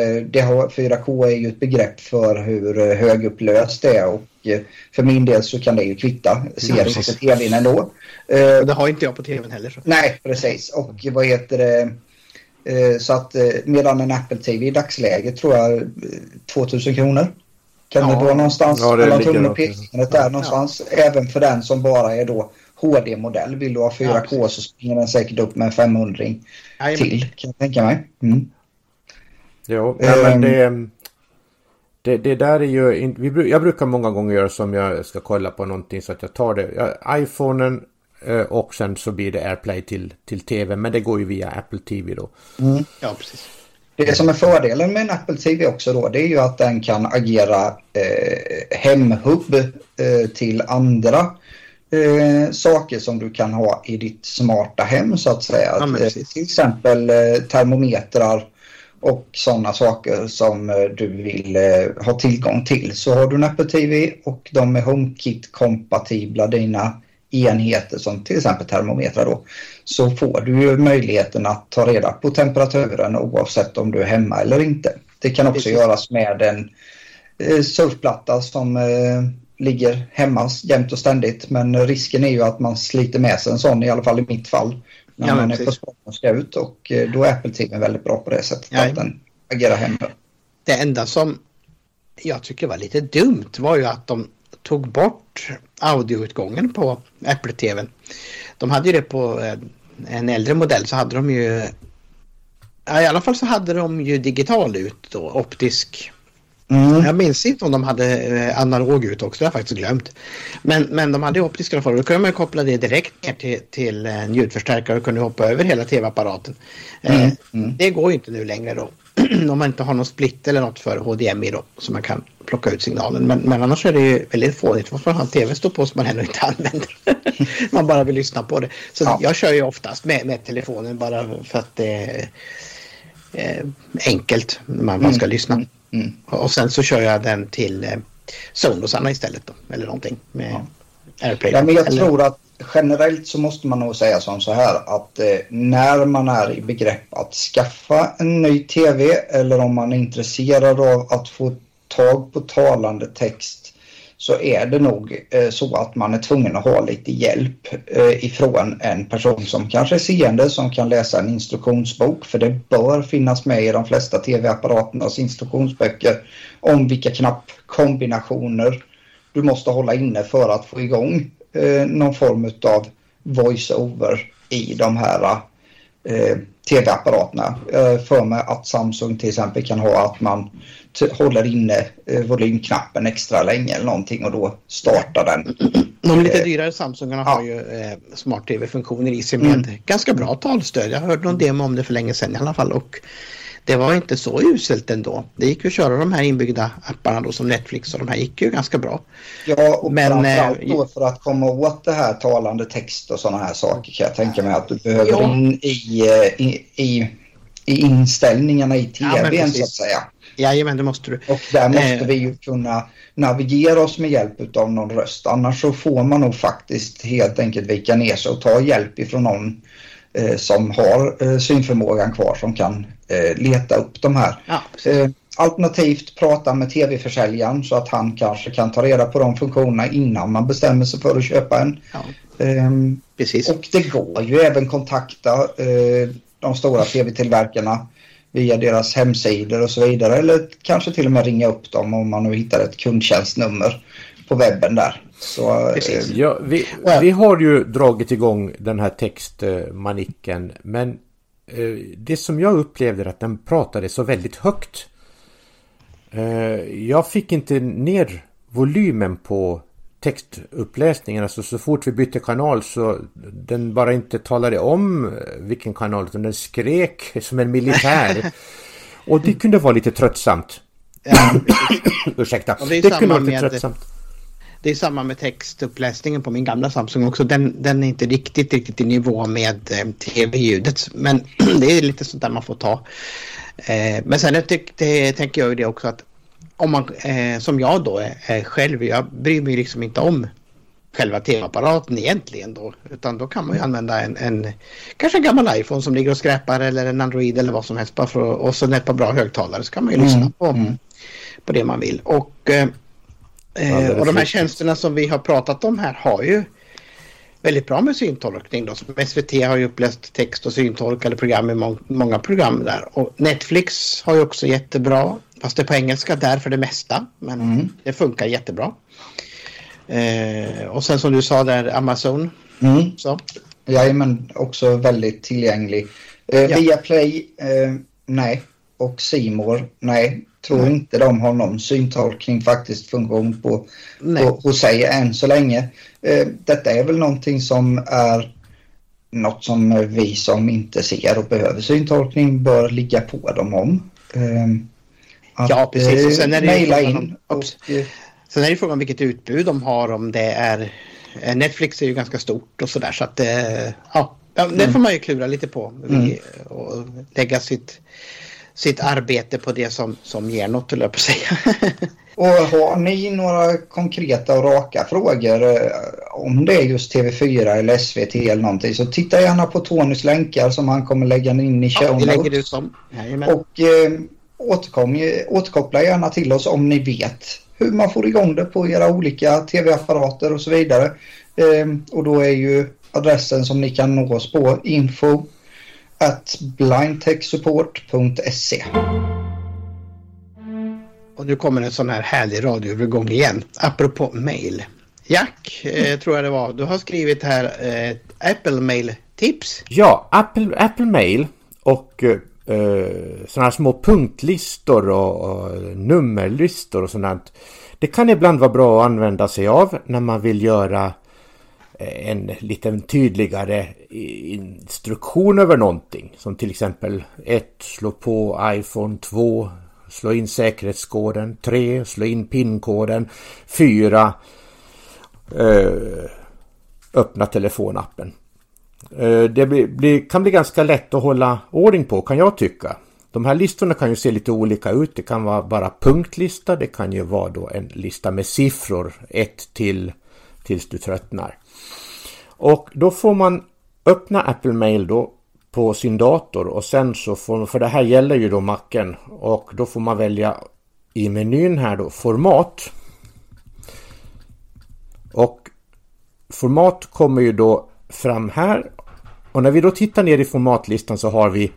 4K är ju ett begrepp för hur högupplöst det är, och för min del så kan det ju kvitta. Ser inte på tvn ändå. Det har inte jag på tvn heller. Så. Nej, precis. Och vad heter det? Så att medan en Apple TV i dagsläget tror jag 2000 kronor. Kan det vara någonstans mellan tummen och pekfingret där någonstans. Även för den som bara är då HD-modell. Vill du ha 4K så springer den säkert upp med 500 till, kan jag tänka mig. Jo, men det där är ju... Jag brukar många gånger göra som jag ska kolla på någonting, så att jag tar det. iPhonen och sen så blir det AirPlay till TV, men det går ju via Apple TV då. Ja, precis. Det som är fördelen med en Apple TV också då, det är ju att den kan agera hemhubb till andra saker som du kan ha i ditt smarta hem, så att säga. Till exempel termometrar och sådana saker som du vill ha tillgång till. Så har du en Apple TV och de är HomeKit-kompatibla, dina enheter som till exempel termometrar då, så får du ju möjligheten att ta reda på temperaturen oavsett om du är hemma eller inte. Det kan också göras med en surfplatta som ligger hemma jämt och ständigt, men risken är ju att man sliter med sig en sån, i alla fall i mitt fall, när man är på språk och ska ut, och då är Apple TV väldigt bra på det sättet att den agerar hemma. Det enda som jag tycker var lite dumt var ju att de tog bort audioutgången på Apple TV. De hade ju det på en äldre modell, så hade de ju i alla fall så hade de ju digital ut då, optisk. Jag minns inte om de hade analog ut också, det har jag faktiskt glömt. Men de hade optiska i alla fall. Då kunde man koppla det direkt ner till en ljudförstärkare och kunde hoppa över hela tv-apparaten. Det går ju inte nu längre då. Om man inte har någon split eller något för HDMI då, så man kan plocka ut signalen. Men annars är det ju väldigt fånigt. Varför har en tv stå på som man ännu inte använder? Man bara vill lyssna på det. Så jag kör ju oftast med telefonen bara för att det är enkelt när man ska lyssna. Och sen så kör jag den till Sonosarna istället då, eller någonting med AirPlay. Ja, men jag tror att generellt så måste man nog säga som så här, att när man är i begrepp att skaffa en ny tv, eller om man är intresserad av att få tag på talande text, så är det nog så att man är tvungen att ha lite hjälp ifrån en person som kanske är seende, som kan läsa en instruktionsbok, för det bör finnas med i de flesta tv-apparaternas instruktionsböcker om vilka knappkombinationer du måste hålla inne för att få igång någon form av voice-over i de här tv-apparaterna. För mig att Samsung till exempel kan ha att man håller inne volymknappen extra länge eller någonting, och då startar den. De lite dyrare Samsungarna har ju smart-tv-funktioner i sig med ganska bra talstöd. Jag hörde någon demo om det för länge sedan i alla fall, och det var inte så uselt ändå. Det gick ju att köra de här inbyggda apparna då, som Netflix, och de här gick ju ganska bra. Ja, och framförallt då för att komma åt det här talande text och sådana här saker, kan jag tänka mig att du behöver in i inställningarna i tvn, så att säga. Jajamän, det måste du. Och där måste vi ju kunna navigera oss med hjälp av någon röst. Annars så får man nog faktiskt helt enkelt vika ner sig och ta hjälp ifrån någon som har synförmågan kvar som kan leta upp de här. Ja, alternativt prata med tv-försäljaren så att han kanske kan ta reda på de funktionerna innan man bestämmer sig för att köpa en. Ja, precis. Och det går ju även kontakta de stora tv-tillverkarna via deras hemsidor och så vidare. Eller kanske till och med ringa upp dem om man nu hittar ett kundtjänstnummer på webben där. Så, ja, vi har ju dragit igång den här textmanicken, men det som jag upplevde är att den pratade så väldigt högt. Jag fick inte ner volymen på textuppläsningen, alltså så fort vi bytte kanal så den bara inte talade om vilken kanal, utan den skrek som en militär. Och det kunde vara lite tröttsamt. Ja, ursäkta. Det kunde vara lite tröttsamt. Det är samma med textuppläsningen på min gamla Samsung också. Den är inte riktigt i nivå med tv-ljudet. Men det är lite sånt där man får ta. Men sen tänker jag ju det också att om man, som jag då är själv, jag bryr mig liksom inte om själva tv-apparaten egentligen då. Utan då kan man ju använda kanske en gammal iPhone som ligger och skräpar eller en Android eller vad som helst. Och så ett par bra högtalare så kan man ju lyssna på det man vill. Och de här tjänsterna som vi har pratat om här har ju väldigt bra med syntolkning då. Som SVT har ju uppläst text- och syntolkade program i många program där. Och Netflix har ju också jättebra, fast det är på engelska där för det mesta. Men det funkar jättebra. Och sen som du sa där, Amazon. Så. Jajamän, också väldigt tillgänglig. Viaplay, nej. Och C More, nej. Tror inte de har någon syntolkning faktiskt funktion hos sig än så länge. Detta är väl någonting som är något som vi som inte ser och behöver syntolkning bör ligga på dem om. Ja, precis. Och sen är det mejla in. Sen är det frågan om vilket utbud de har, om det är Netflix är ju ganska stort och sådär, så att det får man ju klura lite på och lägga sitt arbete på det som ger något, eller på att säga. Och har ni några konkreta och raka frågor om det är just TV4 eller SVT eller någonting, så titta gärna på Tonys länkar som han kommer lägga in i show notes. Det lägger du som. Och återkoppla gärna till oss om ni vet hur man får igång det på era olika tv-apparater och så vidare. Och då är ju adressen som ni kan nå oss på info@blindtechsupport.se. Och nu kommer en sån här härlig radioövergång igen. Apropå mail. Jack, tror jag det var. Du har skrivit här Apple Mail-tips. Ja, Apple Mail och sådana här små punktlistor och nummerlistor och sånt. Det kan ibland vara bra att använda sig av när man vill göra en lite tydligare instruktion över någonting. Som till exempel 1. Slå på iPhone, 2. Slå in säkerhetskoden, 3. Slå in PIN-koden, 4. Öppna telefonappen. Det kan bli ganska lätt att hålla ordning på, kan jag tycka. De här listorna kan ju se lite olika ut. Det kan vara bara punktlista. Det kan ju vara då en lista med siffror 1 tills du tröttnar. Och då får man öppna Apple Mail då på sin dator, och sen så får, för det här gäller ju då Macen, och då får man välja i menyn här då format. Och format kommer ju då fram här, och när vi då tittar ner i formatlistan så har vi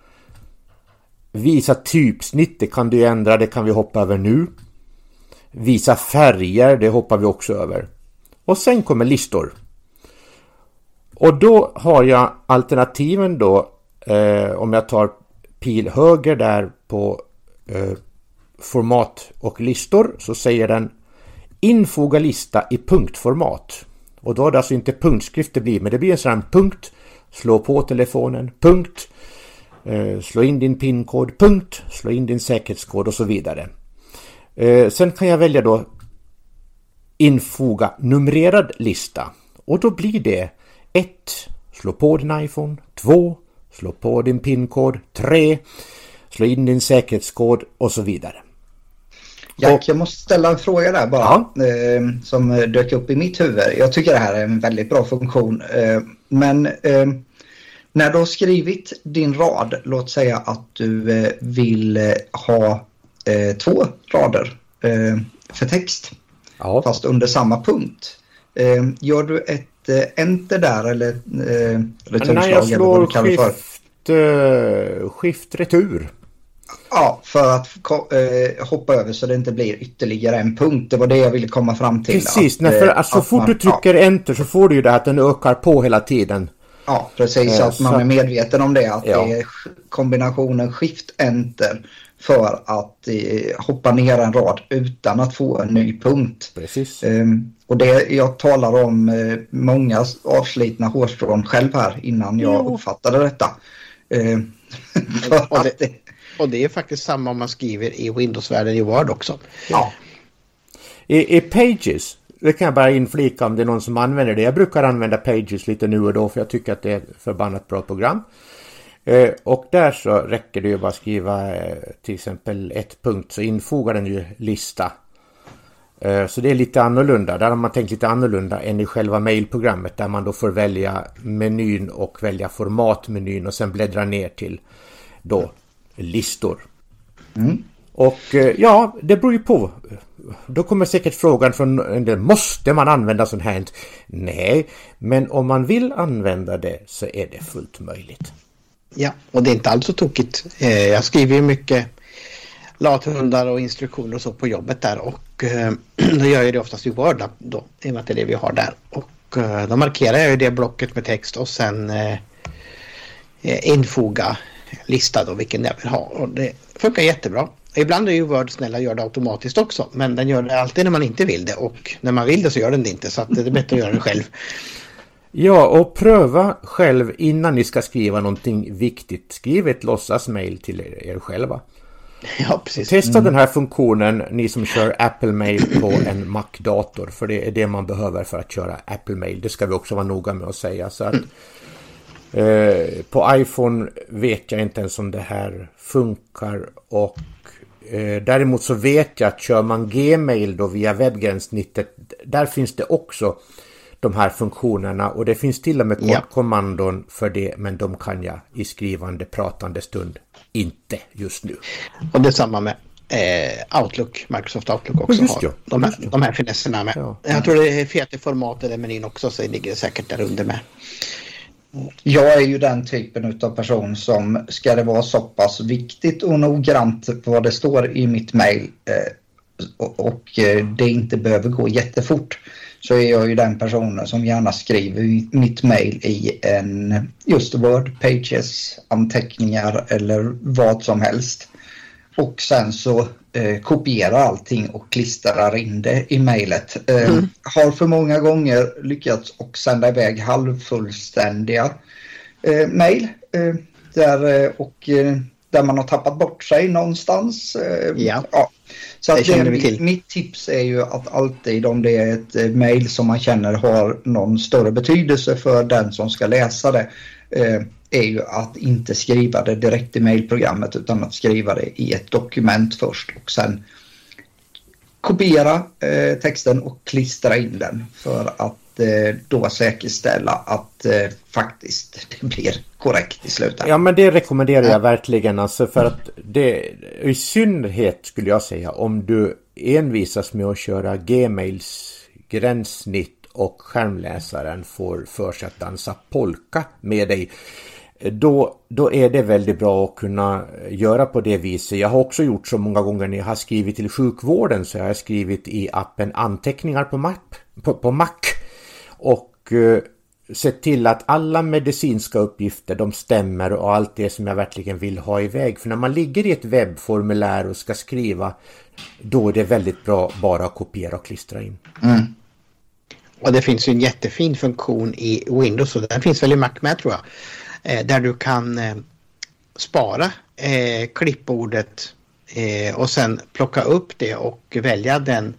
visa typsnitt, det kan du ändra, det kan vi hoppa över nu. Visa färger, det hoppar vi också över. Och sen kommer listor. Och då har jag alternativen då, om jag tar pil höger där på format och listor, så säger den infoga lista i punktformat. Och då är det alltså inte punktskrift det blir, men det blir en sån här punkt, slå på telefonen, punkt, slå in din PIN-kod, punkt, slå in din säkerhetskod och så vidare. Sen kan jag välja då infoga numrerad lista, och då blir det 1. Slå på din iPhone, 2. Slå på din PIN-kod, 3. Slå in din säkerhetskod och så vidare. Jack, jag måste ställa en fråga där bara, som dök upp i mitt huvud. Jag tycker det här är en väldigt bra funktion, men När du har skrivit din rad, låt säga att du vill ha 2 rader för text, fast under samma punkt. Gör du ett enter där eller returslag? När jag slår skift retur. Ja, för att hoppa över så det inte blir ytterligare en punkt. Det var det jag ville komma fram till. Precis, så fort du trycker enter så får du ju det att den ökar på hela tiden. Ja, precis. Så att man är medveten om det. Att det är kombinationen skift-enter för att hoppa ner en rad utan att få en ny punkt. Precis. Och det jag talar om många avslitna hårstrån själv här innan jag uppfattade detta. Och det är faktiskt samma om man skriver i Windows-världen i Word också. Ja. I Pages, det kan jag bara inflika om det är någon som använder det. Jag brukar använda Pages lite nu och då för jag tycker att det är ett förbannat bra program. Och där så räcker det ju bara skriva till exempel ett punkt så infogar den ju lista. Så det är lite annorlunda. Där har man tänkt lite annorlunda än i själva mailprogrammet där man då får välja menyn och välja formatmenyn och sen bläddra ner till då listor. Och ja, det beror ju på. Då kommer säkert frågan från måste man använda sånt här? Nej, men om man vill använda det så är det fullt möjligt. Ja, och det är inte alls så tokigt. Jag skriver ju mycket lathundar och instruktioner och så på jobbet där och då gör jag det oftast i Word då, i och med att det är det vi har där. Och då markerar jag ju det blocket med text och sen infoga lista då vilken jag vill ha och det funkar jättebra. Ibland är ju Word snälla gör det automatiskt också, men den gör det alltid när man inte vill det och när man vill det så gör den det inte, så att det är bättre att göra det själv. Ja, och pröva själv innan ni ska skriva någonting viktigt. Skriv ett låtsasmail till er själva. Ja, precis. Testa den här funktionen, ni som kör Apple Mail på en Mac-dator, för det är det man behöver för att köra Apple Mail. Det ska vi också vara noga med att säga. Så att, på iPhone vet jag inte ens om det här funkar och däremot så vet jag att kör man Gmail då via webbgränssnittet, där finns det också de här funktionerna och det finns till och med kommandon för det, men de kan jag i skrivande, pratande stund inte just nu. Och det är samma med Outlook, Microsoft Outlook också har de här finesserna med. Ja. Jag tror det är fet i format eller menyn också, så ligger det säkert där under med. Jag är ju den typen av person som ska det vara så pass viktigt och noggrant vad det står i mitt mejl och det inte behöver gå jättefort, så är jag ju den personen som gärna skriver mitt mejl i en just Word, Pages, anteckningar eller vad som helst. Och sen så kopierar allting och klistrar in det i mejlet. Har för många gånger lyckats och sända iväg halvfullständiga mejl där man har tappat bort sig någonstans. Ja. Så att mitt tips är ju att alltid, om det är ett mejl som man känner har någon större betydelse för den som ska läsa det, är ju att inte skriva det direkt i mejlprogrammet utan att skriva det i ett dokument först och sen kopiera texten och klistra in den för att då säkerställa att faktiskt det blir korrekt i slutet. Ja, men det rekommenderar jag verkligen, alltså, för att det, i synnerhet skulle jag säga, om du envisas med att köra Gmails gränssnitt och skärmläsaren får för sig att dansa polka med dig, då är det väldigt bra att kunna göra på det viset. Jag har också gjort så många gånger när jag har skrivit till sjukvården, så jag har skrivit i appen anteckningar på Mac och sett till att alla medicinska uppgifter de stämmer och allt det som jag verkligen vill ha iväg. För när man ligger i ett webbformulär och ska skriva, då är det väldigt bra bara att kopiera och klistra in. Och det finns ju en jättefin funktion i Windows, och den finns väl i Mac med, tror jag, där du kan spara klippordet och sen plocka upp det och välja den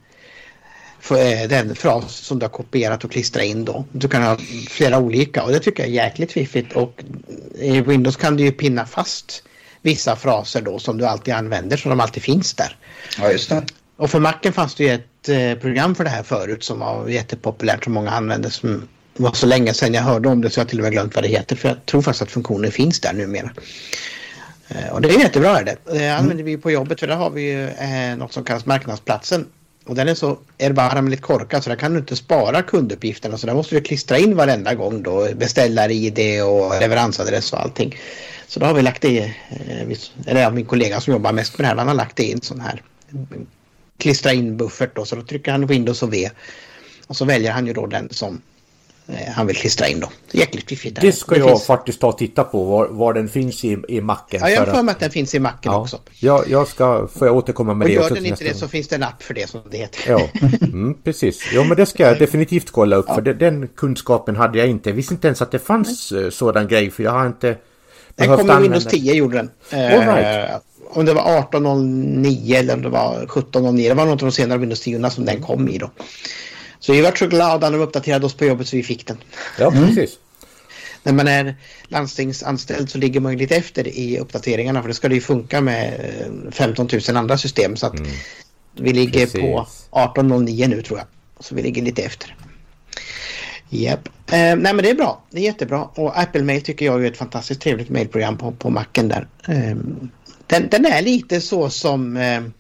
fras som du har kopierat och klistra in då. Du kan ha flera olika, och det tycker jag är jäkligt fiffigt, och i Windows kan du ju pinna fast vissa fraser då som du alltid använder, så de alltid finns där. Ja, just det. Och för Macen fanns det ju ett program för det här förut som var jättepopulärt, som många använde, som Det var så länge sedan jag hörde om det så jag till och med glömt vad det heter. För jag tror faktiskt att funktionen finns där numera. Och det är jättebra är det. Det använder vi på jobbet för där har vi ju något som kallas marknadsplatsen. Och den är så erbarmligt korkad så där kan du inte spara kunduppgifterna. Så där måste du klistra in varenda gång då. Beställare-ID och leveransadress och allting. Så då har vi lagt i, eller min kollega som jobbar mest med det här, han har lagt i en sån här klistra in buffert då. Så då trycker han Windows och V. Och så väljer han ju då den som han vill klistra in då. Jäkligt fiffigt. Det ska jag faktiskt ta och titta på var den finns i Macen. Ja, jag får med att den finns i Macen också. Får jag återkomma med och det. Och gör den inte det så finns det en app för det som det heter. Ja, precis. Jo, men det ska jag definitivt kolla upp. För den kunskapen hade jag inte. Jag visste inte ens att det fanns sådan grej. För jag har inte... Den kom i Windows 10 gjorde den. Right. Om det var 18.09 eller om det var 17.09. Det var något av de senare Windows 10 som den kom i då. Så vi var så glada när de uppdaterade oss på jobbet så vi fick den. Ja, precis. När man är landstingsanställd så ligger man ju lite efter i uppdateringarna. För det ska det ju funka med 15 000 andra system. Så att vi ligger på 18.09 nu tror jag. Så vi ligger lite efter. Japp. Nej men det är bra. Det är jättebra. Och Apple Mail tycker jag är ett fantastiskt trevligt mailprogram på Macen där. Den är lite så som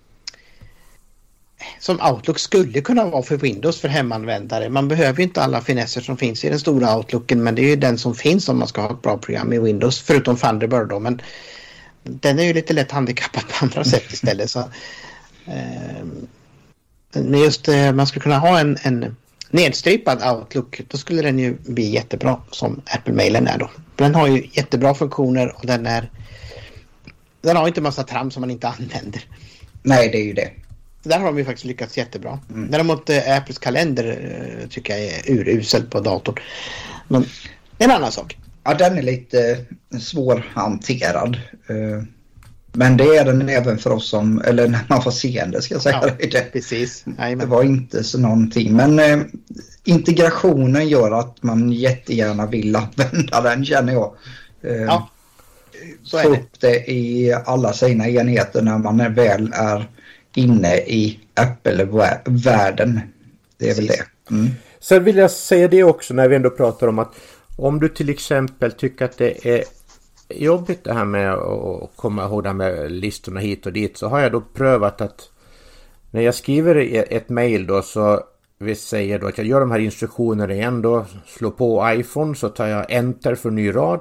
Outlook skulle kunna vara för Windows för hemanvändare. Man behöver ju inte alla finesser som finns i den stora Outlooken, men det är ju den som finns om man ska ha ett bra program i Windows, förutom Thunderbird då, men den är ju lite lätt handikappad på andra sätt istället. Så, men just man skulle kunna ha en nedstrypad Outlook, då skulle den ju bli jättebra som Apple-mailen är då. Den har ju jättebra funktioner och den har inte massa tram som man inte använder. Nej, det är ju det. Där har de ju faktiskt lyckats jättebra. Däremot Apples kalender tycker jag är urusel på datorn. Men en annan sak. Ja, den är lite svårhanterad. Men det är den även för oss som, eller när man får seende ska jag säga. Ja, precis. Det var inte så någonting. Men integrationen gör att man jättegärna vill använda den, känner jag. Ja, så är få upp det i alla sina enheter när man väl är inne i Apple-världen. Det är väl det. Sen vill jag säga det också när vi ändå pratar om att om du till exempel tycker att det är jobbigt det här med att komma ihåg det här med listorna hit och dit, så har jag då prövat att när jag skriver ett mejl då, så vi säger då att jag gör de här instruktionerna igen då, slår på iPhone, så tar jag enter för ny rad,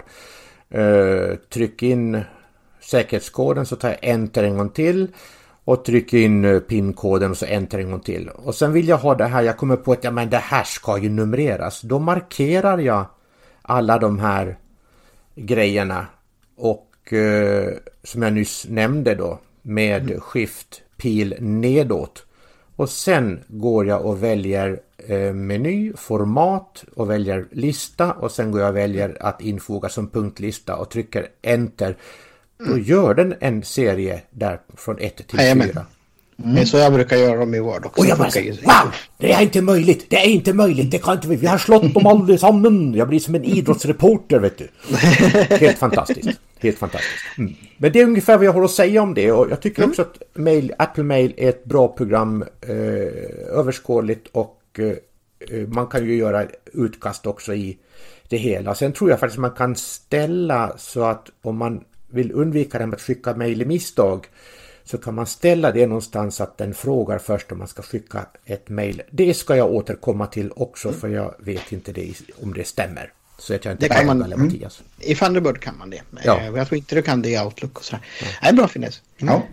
tryck in säkerhetskoden, så tar jag enter en gång till och trycker in PIN-koden och så enter en gång till. Och sen vill jag ha det här, jag kommer på att men det här ska ju numreras. Då markerar jag alla de här grejerna och som jag nyss nämnde då med skift pil nedåt. Och sen går jag och väljer meny, format och väljer lista, och sen går jag och väljer att infoga som punktlista och trycker enter. Då gör den en serie där från 1 till 4. Det är så jag brukar göra dem i Word också. Och jag bara, wow, det är inte möjligt, det kan inte vi har slått dem allesammans. Jag blir som en idrottsreporter, vet du. Helt fantastiskt. Men det är ungefär vad jag har att säga om det, och jag tycker också att Apple Mail är ett bra program, överskådligt, och man kan ju göra utkast också i det hela. Sen tror jag faktiskt man kan ställa så att om man vill undvika det med att skicka mejl i misstag, så kan man ställa det någonstans att den frågar först om man ska skicka ett mejl. Det ska jag återkomma till också, för jag vet inte om det stämmer. Så att jag inte kan man, eller Mattias. I Thunderbird kan man det. Ja. Jag tror inte du kan det i Outlook och sådär. Det är bra finnes. Ja.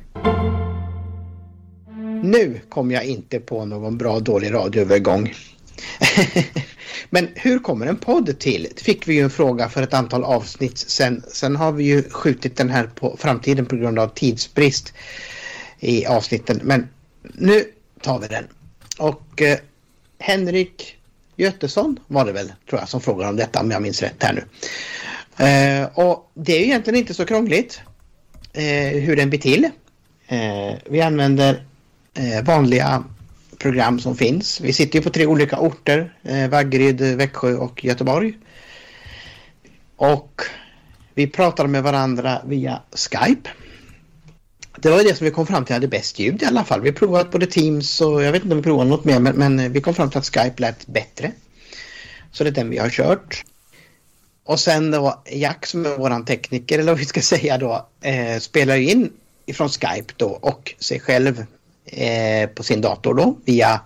Nu kom jag inte på någon bra dålig radioövergång. Men hur kommer en podd till? Det fick vi ju en fråga för ett antal avsnitt sen har vi ju skjutit den här på framtiden på grund av tidsbrist i avsnitten. Men nu tar vi den. Och Henrik Göttesson var det väl, tror jag, som frågade om detta, om jag minns rätt här nu. Och det är ju egentligen inte så krångligt hur den blir till. Vi använder vanliga program som finns. Vi sitter ju på 3 olika orter, Vaggeryd, Växjö och Göteborg. Och vi pratar med varandra via Skype. Det var det som vi kom fram till hade bäst ljud i alla fall. Vi provat både Teams och jag vet inte om vi provade något mer, men vi kom fram till att Skype lät bättre. Så det är den vi har kört. Och sen då Jack som är våran tekniker, eller vad vi ska säga då, spelar in ifrån Skype då och sig själv på sin dator då via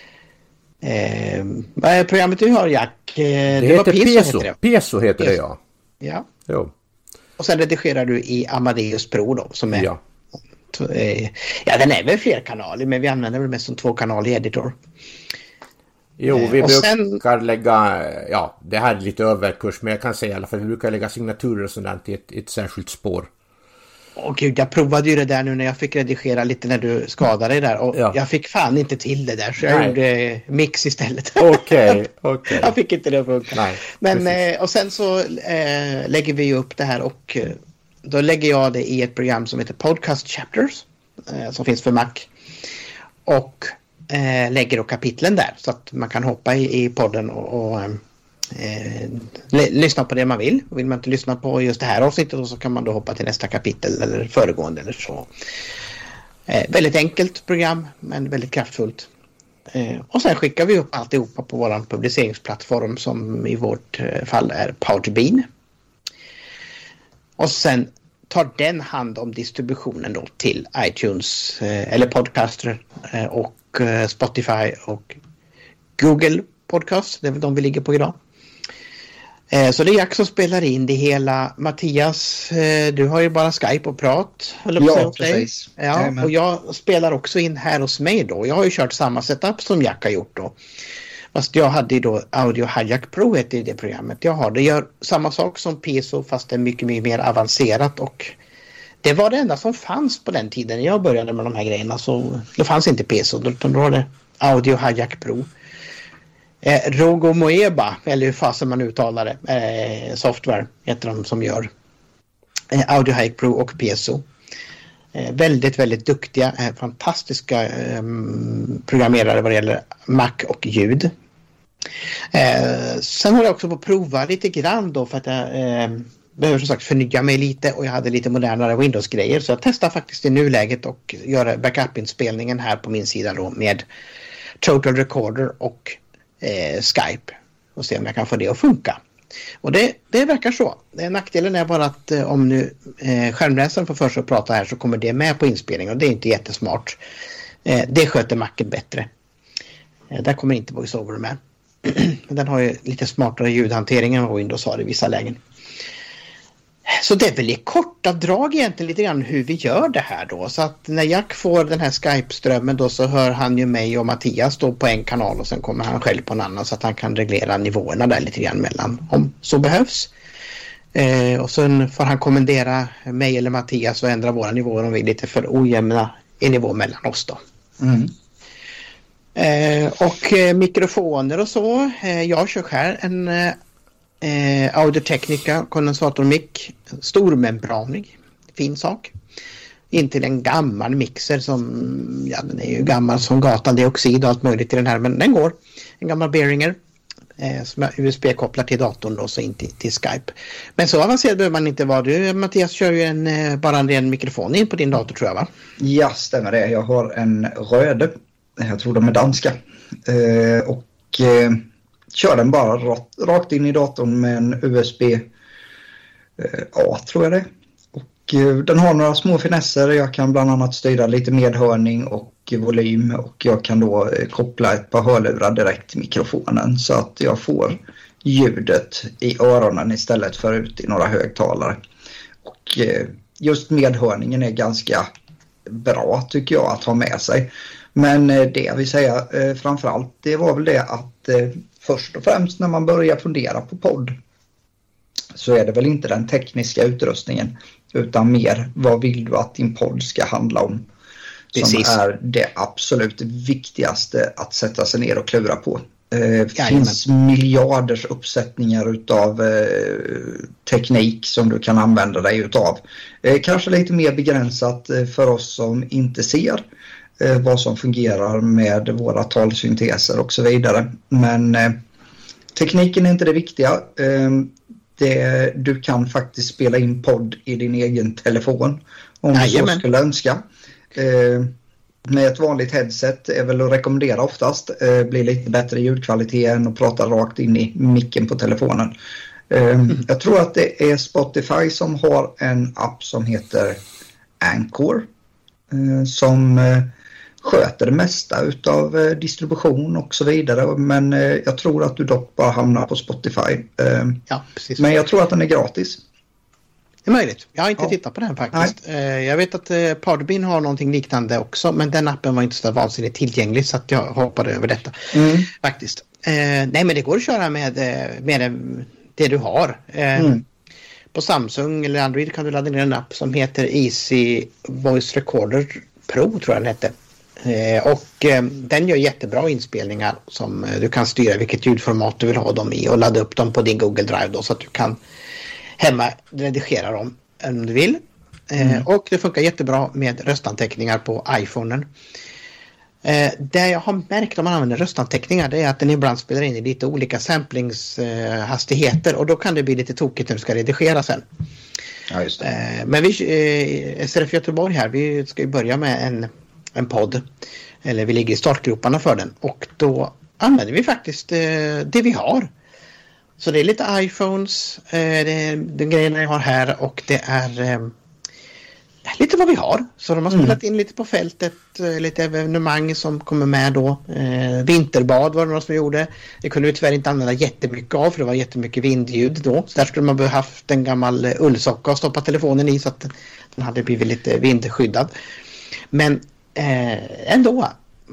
vad är programmet du har, Jack? Det heter Peso. Peso heter det, ja. Ja. Jo. Och sen redigerar du i Amadeus Pro då, som är ja, den är väl flerkanalig, men vi använder väl mest som 2-kanalig editor. Jo, vi brukar lägga, ja, det här är lite överkurs, men jag kan säga i alla fall, vi brukar lägga signaturer och sådant i ett särskilt spår. Åh gud, jag provade ju det där nu när jag fick redigera lite när du skadade dig där, och jag fick fan inte till det där, så jag gjorde mix istället. Okej. Jag fick inte det att funka. Nej, men, och sen så lägger vi ju upp det här, och då lägger jag det i ett program som heter Podcast Chapters, som finns för Mac, och lägger då kapitlen där så att man kan hoppa i podden och lyssna på det man vill. Och vill man inte lyssna på just det här avsnittet så kan man då hoppa till nästa kapitel eller föregående eller så. Väldigt enkelt program, men väldigt kraftfullt. Och sen skickar vi upp alltihopa på vår publiceringsplattform, som i vårt fall är Podbean. Och sen tar den hand om distributionen då till iTunes eller Podcaster och Spotify och Google Podcast. Det är väl de vi ligger på idag. Så det är Jack som spelar in det hela. Mattias, du har ju bara Skype och prat. Ja, precis. Ja, och jag spelar också in här hos mig då. Jag har ju kört samma setup som Jack har gjort då. Fast jag hade ju då Audio Hijack Pro i det programmet jag har. Det gör samma sak som Peso, fast det är mycket mer avancerat, och det var det enda som fanns på den tiden när jag började med de här grejerna. Så det fanns inte Peso, utan då var det Audio Hijack Pro. Rogo Moeba, eller hur fasen man uttalar det, software heter de som gör Audio Hijack Pro och Peso. Väldigt, väldigt duktiga, fantastiska programmerare vad det gäller Mac och ljud. Sen har jag också fått prova lite grann då, för att jag behöver som sagt förnya mig lite, och jag hade lite modernare Windows-grejer, så jag testar faktiskt i nuläget och gör backup-inspelningen här på min sida då med Total Recorder och Skype, och se om jag kan få det att funka. Och det verkar så. Nackdelen är bara att om nu skärmläsaren får för sig att prata här, så kommer det med på inspelningen, och det är inte jättesmart. Det sköter Macen bättre. Där kommer inte VoiceOver med. Den har ju lite smartare ljudhantering än vad Windows har i vissa lägen. Så det är väl i korta drag egentligen lite grann hur vi gör det här då. Så att när Jack får den här Skype-strömmen då, så hör han ju mig och Mattias då på en kanal, och sen kommer han själv på en annan, så att han kan reglera nivåerna där lite grann mellan, om så behövs. Och sen får han kommendera mig eller Mattias och ändra våra nivåer om vi är lite för ojämna i nivå mellan oss då. Och mikrofoner och så. Jag kör här en Audio-Technica kondensatormick, stormembranig, fin sak, in till en gammal mixer som, ja, den är ju gammal som gatan, det är oxid och allt möjligt i den här, men den går, en gammal Behringer som jag USB-kopplar till datorn då, så in till Skype. Men så avancerad behöver man inte vara. Du, Mattias, kör ju bara en ren mikrofon in på din dator, tror jag, va? Ja, stämmer det. Jag har en Röde, jag tror de är danska, och kör den bara rakt in i datorn med en USB-A, tror jag det. Och den har några små finesser. Jag kan bland annat styra lite medhörning och volym, och jag kan då koppla ett par hörlurar direkt till mikrofonen, så att jag får ljudet i öronen istället för ut i några högtalare. Och just medhörningen är ganska bra, tycker jag, att ha med sig. Men det jag vill säga framförallt, det var väl det att först och främst när man börjar fundera på podd, så är det väl inte den tekniska utrustningen, utan mer vad vill du att din podd ska handla om. Precis. Som är det absolut viktigaste att sätta sig ner och klura på. Det finns miljarders uppsättningar utav teknik som du kan använda dig utav. Kanske lite mer begränsat för oss som inte ser vad som fungerar med våra talsynteser och så vidare. Men tekniken är inte det viktiga. Du kan faktiskt spela in podd i din egen telefon om du så skulle önska. med ett vanligt headset är väl att rekommendera oftast. Blir lite bättre ljudkvalitet än att prata rakt in i micken på telefonen. Jag tror att det är Spotify som har en app som heter Anchor som sköter det mesta utav distribution och så vidare. Men jag tror att du dock bara hamnar på Spotify. Ja, precis. Men jag tror att den är gratis. Det är möjligt. Jag har inte tittat på den faktiskt. Jag vet att Podbean har någonting liknande också, men den appen var inte så vansinnigt tillgänglig så att jag hoppade över detta faktiskt. Nej, men det går att köra med det du har. På Samsung eller Android kan du ladda ner en app som heter Easy Voice Recorder Pro, tror jag den hette. Och den gör jättebra inspelningar som du kan styra vilket ljudformat du vill ha dem i och ladda upp dem på din Google Drive då, så att du kan hemma redigera dem om du vill. Och det funkar jättebra med röstanteckningar på iPhonen. Det jag har märkt om man använder röstanteckningar, det är att den ibland spelar in i lite olika samplingshastigheter och då kan det bli lite tokigt när du ska redigera sen. Ja, just det. Men vi SRF Göteborg här, vi ska ju börja med en podd, eller vi ligger i startgroparna för den, och då använder vi faktiskt det vi har. Så det är lite iPhones, det är de grejerna jag har här, och det är lite vad vi har. Så de har spelat in lite på fältet, lite evenemang som kommer med då. Vinterbad var det någon som gjorde. Det kunde vi tyvärr inte använda jättemycket av, för det var jättemycket vindljud då. Så där skulle man behöva haft en gammal ullsocka och stoppa telefonen i så att den hade blivit lite vindskyddad. Men ändå,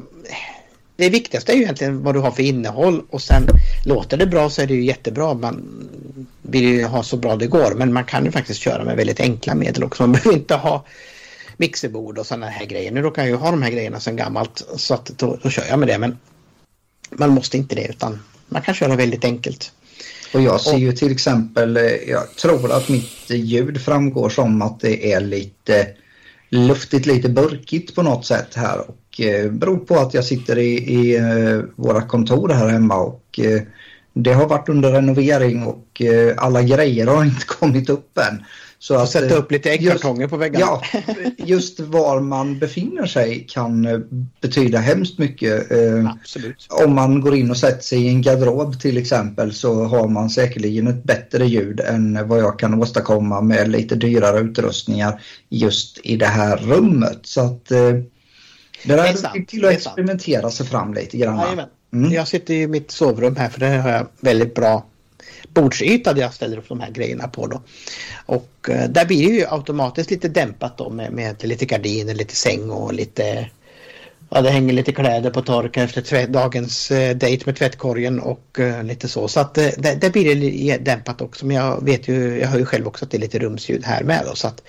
det viktigaste är ju egentligen vad du har för innehåll, och sen låter det bra så är det ju jättebra. Man vill ju ha så bra det går, men man kan ju faktiskt köra med väldigt enkla medel också. Man behöver inte ha mixerbord och sådana här grejer. Nu råkar jag ju ha de här grejerna sedan gammalt, så att då kör jag med det, men man måste inte det, utan man kan köra väldigt enkelt. Och jag ser ju till exempel, jag tror att mitt ljud framgår som att det är lite luftigt, lite burkigt på något sätt här, och beror på att jag sitter i våra kontor här hemma, och det har varit under renovering och alla grejer har inte kommit upp än. Så att sätta upp lite äggkartonger på väggarna. Ja, just var man befinner sig kan betyda hemskt mycket. Absolut. Om man går in och sätter sig i en garderob till exempel, så har man säkerligen ett bättre ljud än vad jag kan åstadkomma med lite dyrare utrustningar just i det här rummet. Så att det där är till att experimentera sig fram lite grann. Jag sitter i mitt sovrum här, för där har jag väldigt bra bordsyta där jag ställer upp de här grejerna på då. Och där blir det ju automatiskt lite dämpat då med lite gardiner, lite säng och lite, ja, det hänger lite kläder på torken efter dagens dejt med tvättkorgen och lite så. Så att där blir det dämpat också. Men jag vet ju, jag hör ju själv också att det är lite rumsljud här med då, så att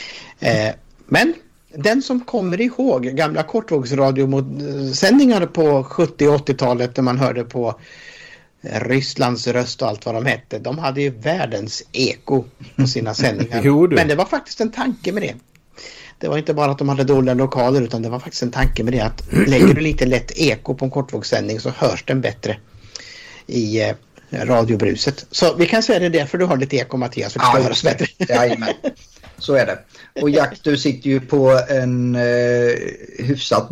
men den som kommer ihåg gamla kortvågsradiosändningar på 70- och 80-talet där man hörde på Rysslands röst och allt vad de hette, de hade ju världens eko på sina sändningar. Men det var faktiskt en tanke med det. Det var inte bara att de hade dåliga lokaler, utan det var faktiskt en tanke med det, att lägger du lite lätt eko på en kortvågssändning så hörs den bättre i radiobruset. Så vi kan säga det därför du har lite eko, Mattias, för det ska höras bättre. Jajamän. Så är det. Och Jack, du sitter ju på en hyfsat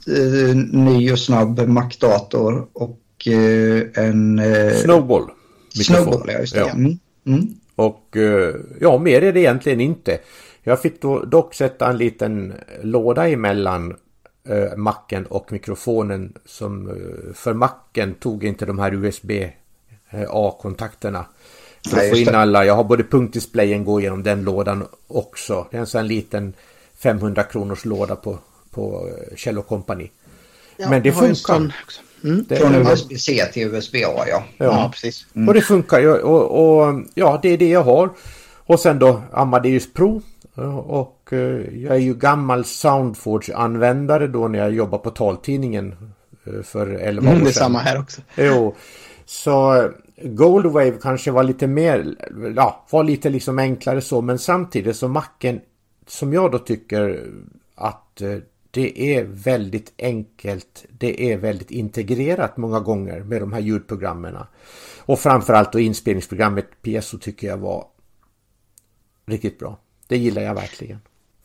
ny och snabb Mac-dator och en Snowball. Snowball, ja, just det. Ja. Och ja, mer är det egentligen inte. Jag fick dock sätta en liten låda emellan Macen och mikrofonen, som för Macen tog inte de här USB-A-kontakterna. För att få in alla, jag har både punktdisplayen går genom den lådan också. Det är en sån liten 500 kronors låda på Kjell & Company. Ja, men det funkar. Från USB-C till USB-A, ja precis. Och det funkar ju, och ja, det är det jag har. Och sen då Amadeus Pro, och jag är ju gammal Soundforge-användare då när jag jobbar på taltidningen för 11 år sedan. Det är samma här också. Jo, så Goldwave kanske var lite mer, var lite liksom enklare så, men samtidigt så Macen, som jag då tycker att det är väldigt enkelt, det är väldigt integrerat många gånger med de här ljudprogrammen. Och framförallt då inspelningsprogrammet Piezo tycker jag var riktigt bra. Det gillar jag verkligen.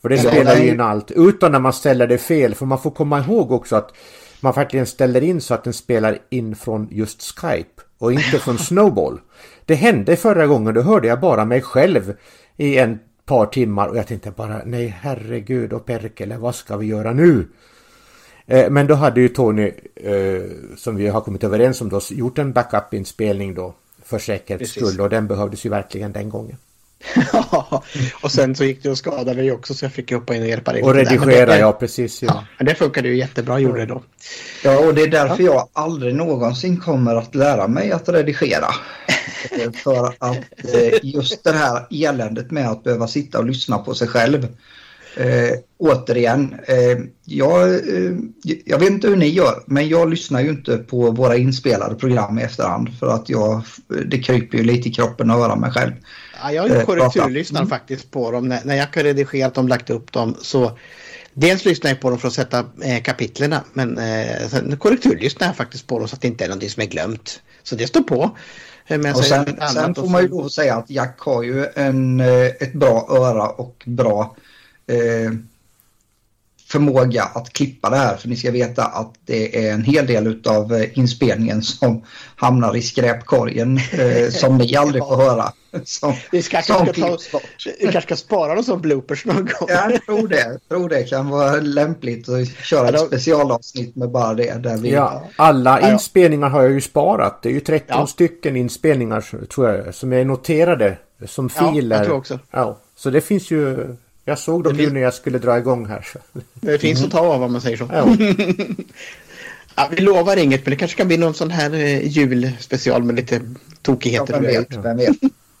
För det spelar ju in allt. Utan när man ställer det fel. För man får komma ihåg också att man verkligen ställer in så att den spelar in från just Skype. Och inte från Snowball. Det hände förra gången. Då hörde jag bara mig själv i en par timmar. Och jag tänkte bara, nej herregud och Perkele, vad ska vi göra nu? Men då hade ju Tony, som vi har kommit överens om då, gjort en backup-inspelning då. För säkerhets skull. Och den behövdes ju verkligen den gången. Och sen så gick det och skadade dig också, så jag fick hoppa in och hjälpa dig. Och redigera, ja precis. Ja. Men det funkade ju jättebra, gjorde det då. Ja, och det är därför jag aldrig någonsin kommer att lära mig att redigera. För att just det här eländet med att behöva sitta och lyssna på sig själv. Återigen, jag vet inte hur ni gör, men jag lyssnar ju inte på våra inspelade program i efterhand för att det kryper ju lite i kroppen att höra mig själv. Ja, jag korrekturlyssnar faktiskt på dem när jag har redigerat dem, lagt upp dem, så dels lyssnar jag på dem för att sätta kapitlerna, men sen korrekturlyssnar jag faktiskt på dem så att det inte är någonting som är glömt, så det står på. Och sen får man ju då säga att Jack har ju ett bra öra och bra förmåga att klippa det här, för ni ska veta att det är en hel del av inspelningen som hamnar i skräpkorgen som ni aldrig får höra. Vi kanske ska spara dem som bloopers någon gång. Jag tror det kan vara lämpligt att köra ett specialavsnitt med bara det. Där alla inspelningar har jag ju sparat. Det är ju 13 stycken inspelningar tror jag, som är noterade som filer. Jag tror också. Ja, så det finns ju. Jag såg dem när jag skulle dra igång här. Så. Det finns att ta av, vad man säger så. Ja. Ja, vi lovar inget, men det kanske kan bli någon sån här julspecial med lite tokigheter. Vem vet.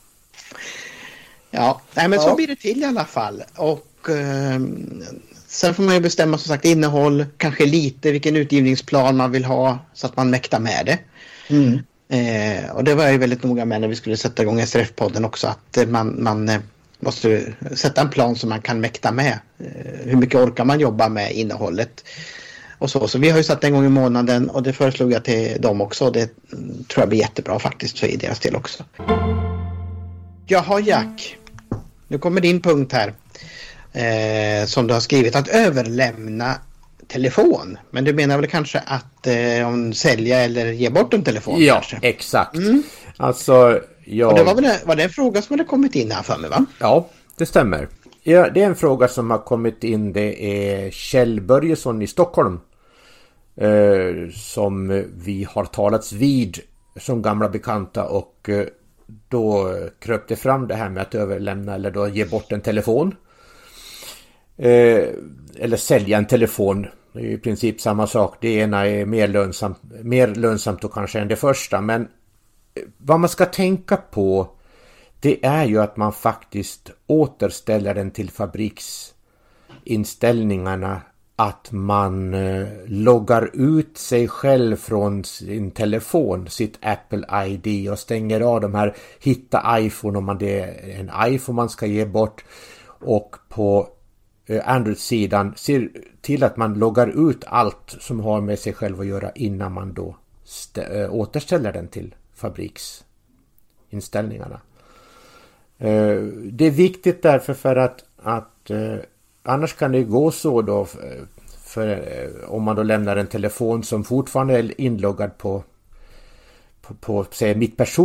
Ja, nej, men så blir det till i alla fall. Och sen får man ju bestämma som sagt innehåll, kanske lite vilken utgivningsplan man vill ha så att man mäktar med det. Och det var jag ju väldigt noga med när vi skulle sätta igång SRF-podden också, att man måste sätta en plan som man kan mäkta med. Hur mycket orkar man jobba med innehållet? Och så vi har ju satt en gång i månaden, och det föreslog jag till dem också. Det tror jag blir jättebra faktiskt för deras del också. Jaha Jack, nu kommer din punkt här. Som du har skrivit, att överlämna telefon. Men du menar väl kanske att sälja eller ge bort en telefon? Ja, kanske? Exakt. Alltså, och det var det en fråga som hade kommit in här för mig, va? Ja, det stämmer. Ja, det är en fråga som har kommit in. Det är Kjell Börjesson i Stockholm. Som vi har talats vid som gamla bekanta, och då kröp det fram det här med att överlämna eller då ge bort en telefon. Eller sälja en telefon. Det är i princip samma sak. Det ena är mer lönsamt då kanske än det första. Men vad man ska tänka på, det är ju att man faktiskt återställer den till fabriksinställningarna. Att man loggar ut sig själv från sin telefon, sitt Apple ID, och stänger av de här hitta iPhone om det är en iPhone man ska ge bort. Och på Android-sidan ser till att man loggar ut allt som har med sig själv att göra innan man då återställer den till fabriksinställningarna. Det är viktigt därför för att annars kan det gå så då, för om man då lämnar en telefon som fortfarande är inloggad på säg,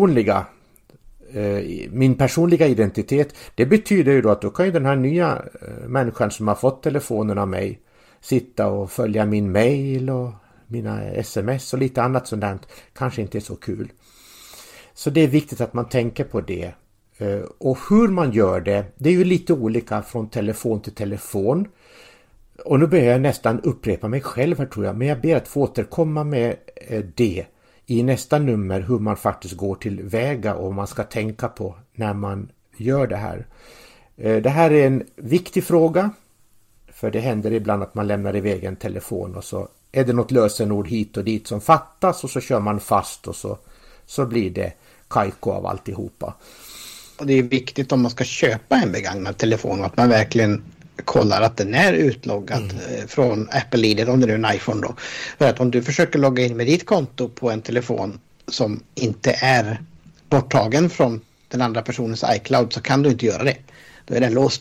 min personliga identitet. Det betyder ju då att då kan ju den här nya människan som har fått telefonen av mig sitta och följa min mail och mina sms och lite annat sådant. Kanske inte är så kul. Så det är viktigt att man tänker på det. Och hur man gör det är ju lite olika från telefon till telefon. Och nu börjar jag nästan upprepa mig själv här tror jag. Men jag ber att få återkomma med det i nästa nummer, hur man faktiskt går till väga och man ska tänka på när man gör det här. Det här är en viktig fråga. För det händer ibland att man lämnar iväg en telefon och så är det något lösenord hit och dit som fattas, och så kör man fast och så blir det kajko av alltihopa. Och det är viktigt om man ska köpa en begagnad telefon att man verkligen kollar att den är utloggad från Apple ID, om det är en iPhone då. För att om du försöker logga in med ditt konto på en telefon som inte är borttagen från den andra personens iCloud, så kan du inte göra det. Då är den låst.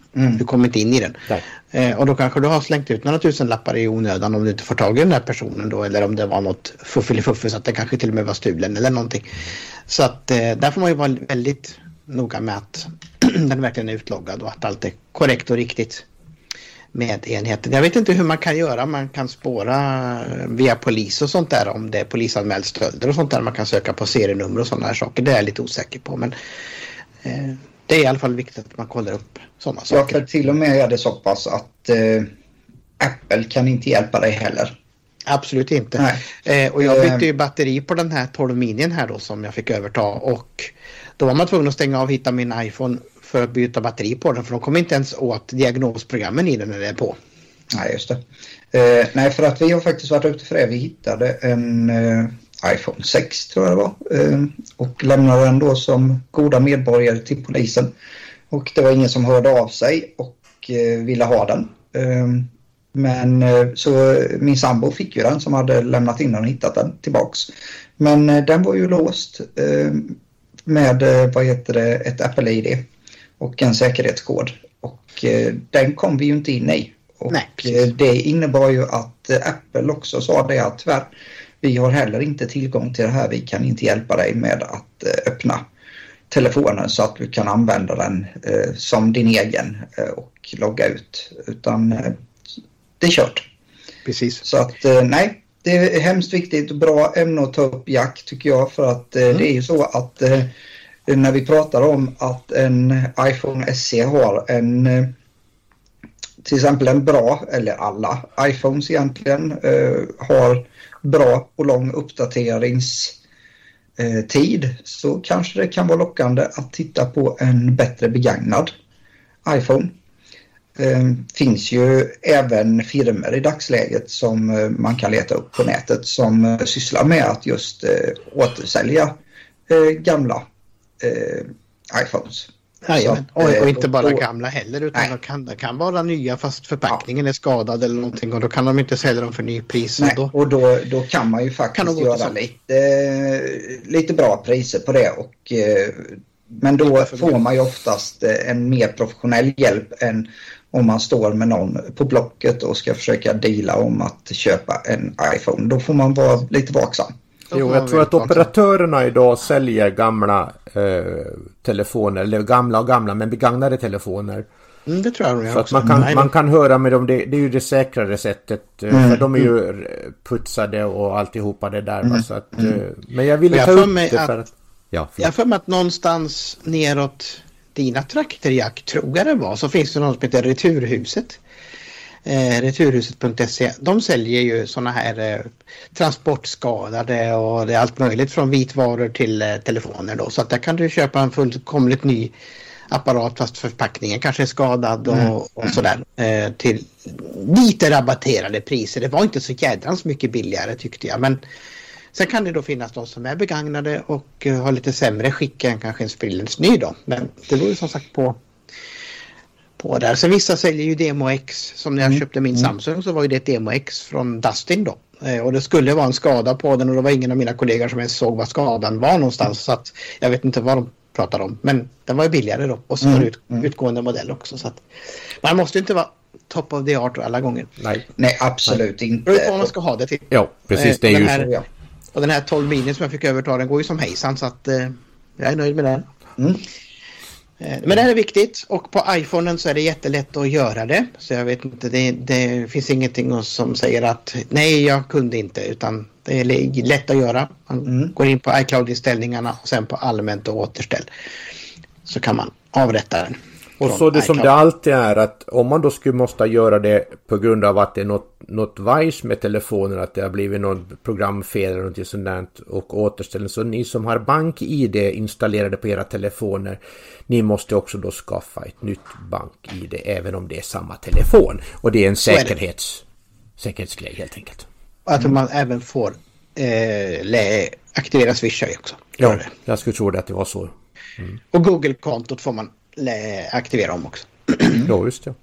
Du kommer inte in i den. Och då kanske du har slängt ut några tusenlappar i onödan om du inte får tag i den där personen då, eller om det var något fuffeli-fuffi så att det kanske till och med var stulen eller någonting. Så att där får man ju vara väldigt noga med att den verkligen är utloggad och att allt är korrekt och riktigt med enheten. Jag vet inte hur man kan göra. Man kan spåra via polis och sånt där om det är polisanmäld stölder och sånt där. Man kan söka på serienummer och sådana här saker. Det är jag lite osäker på, men det är i alla fall viktigt att man kollar upp sådana saker. Ja, för till och med är det så pass att Apple kan inte hjälpa dig heller. Absolut inte. Och jag bytte ju batteri på den här 12 minin här då som jag fick överta, och då var man tvungen att stänga av och hitta min iPhone för att byta batteri på den, för de kommer inte ens åt diagnosprogrammen i den när det är på. Nej, just det. Nej, för att vi har faktiskt varit ute för det. Vi hittade en iPhone 6 tror jag det var, och lämnade den då som goda medborgare till polisen. Och det var ingen som hörde av sig och ville ha den. Men så min sambo fick ju den som hade lämnat in den och hittat den tillbaks. Men den var ju låst med ett Apple ID och en säkerhetskod. Och den kom vi ju inte in i. Och det innebar ju att Apple också sa det att tyvärr, vi har heller inte tillgång till det här. Vi kan inte hjälpa dig med att öppna telefonen så att du kan använda den som din egen och logga ut. Utan det är kört. Precis. Så att nej, det är hemskt viktigt och bra ämne att ta upp, Jack, tycker jag. För att det är ju så att när vi pratar om att en iPhone SE har till exempel en bra, eller alla iPhones egentligen har bra och lång uppdateringstid, så kanske det kan vara lockande att titta på en bättre begagnad iPhone. Finns ju även firmor i dagsläget som man kan leta upp på nätet som sysslar med att just återsälja gamla iPhones. Ja, och inte bara gamla heller, utan det kan vara nya fast förpackningen är skadad eller någonting, och då kan de inte sälja dem för ny pris. Nej, och då kan man ju faktiskt göra lite bra priser på det. Men då får man ju oftast en mer professionell hjälp än om man står med någon på Blocket och ska försöka deala om att köpa en iPhone. Då får man vara lite vaksam. Jo, jag tror att operatörerna idag säljer gamla telefoner, eller gamla men begagnade telefoner. Det tror jag. Så att man kan höra med dem, det är ju det säkrare sättet, för de är ju putsade och alltihopa det där. Så att, men jag ville ta upp det för att... Jag får med att någonstans neråt dina trakter, Jack, tror jag det var, så finns det något som heter Returhuset. Returhuset.se. De säljer ju såna här transportskadade och det är allt möjligt från vitvaror till telefoner då. Så att där kan du köpa en fullkomligt ny apparat fast förpackningen kanske är skadad och sådär, till lite rabatterade priser. Det var inte så jädrans mycket billigare tyckte jag, men sen kan det då finnas de som är begagnade och har lite sämre skick än kanske en sprillens ny då. Men det beror ju som sagt på där. Så vissa säljer ju Demo X, som när jag köpte min Samsung så var ju det ett Demo X från Dustin då. Och det skulle vara en skada på den och det var ingen av mina kollegor som ens såg vad skadan var någonstans. Så att jag vet inte vad de pratar om. Men den var ju billigare då. Och så var det utgående modell också. Så att man måste inte vara top of the art alla gånger. Nej, absolut inte. Det är vad man ska ha det till. Ja, precis. Det är ju så. Och den här 12 mini som jag fick överta, den går ju som hejsan, så att jag är nöjd med den. Men det här är viktigt, och på iPhonen så är det jättelätt att göra det. Så jag vet inte, det finns ingenting som säger att nej, jag kunde inte, utan det är lätt att göra. Man går in på iCloud-inställningarna och sen på allmänt och återställ. Så kan man avrätta den. Och så det som det alltid är, att om man då måste göra det på grund av att det är något vajs med telefonen, att det har blivit något programfel eller något sånt där, och återställning, så ni som har BankID installerade på era telefoner, ni måste också då skaffa ett nytt BankID även om det är samma telefon. Och det är en säkerhetsgrej helt enkelt. Och att man även får aktivera Swish också. Ja, jag skulle tro att det var så. Och Google-kontot får man aktivera om också. Ja, just det.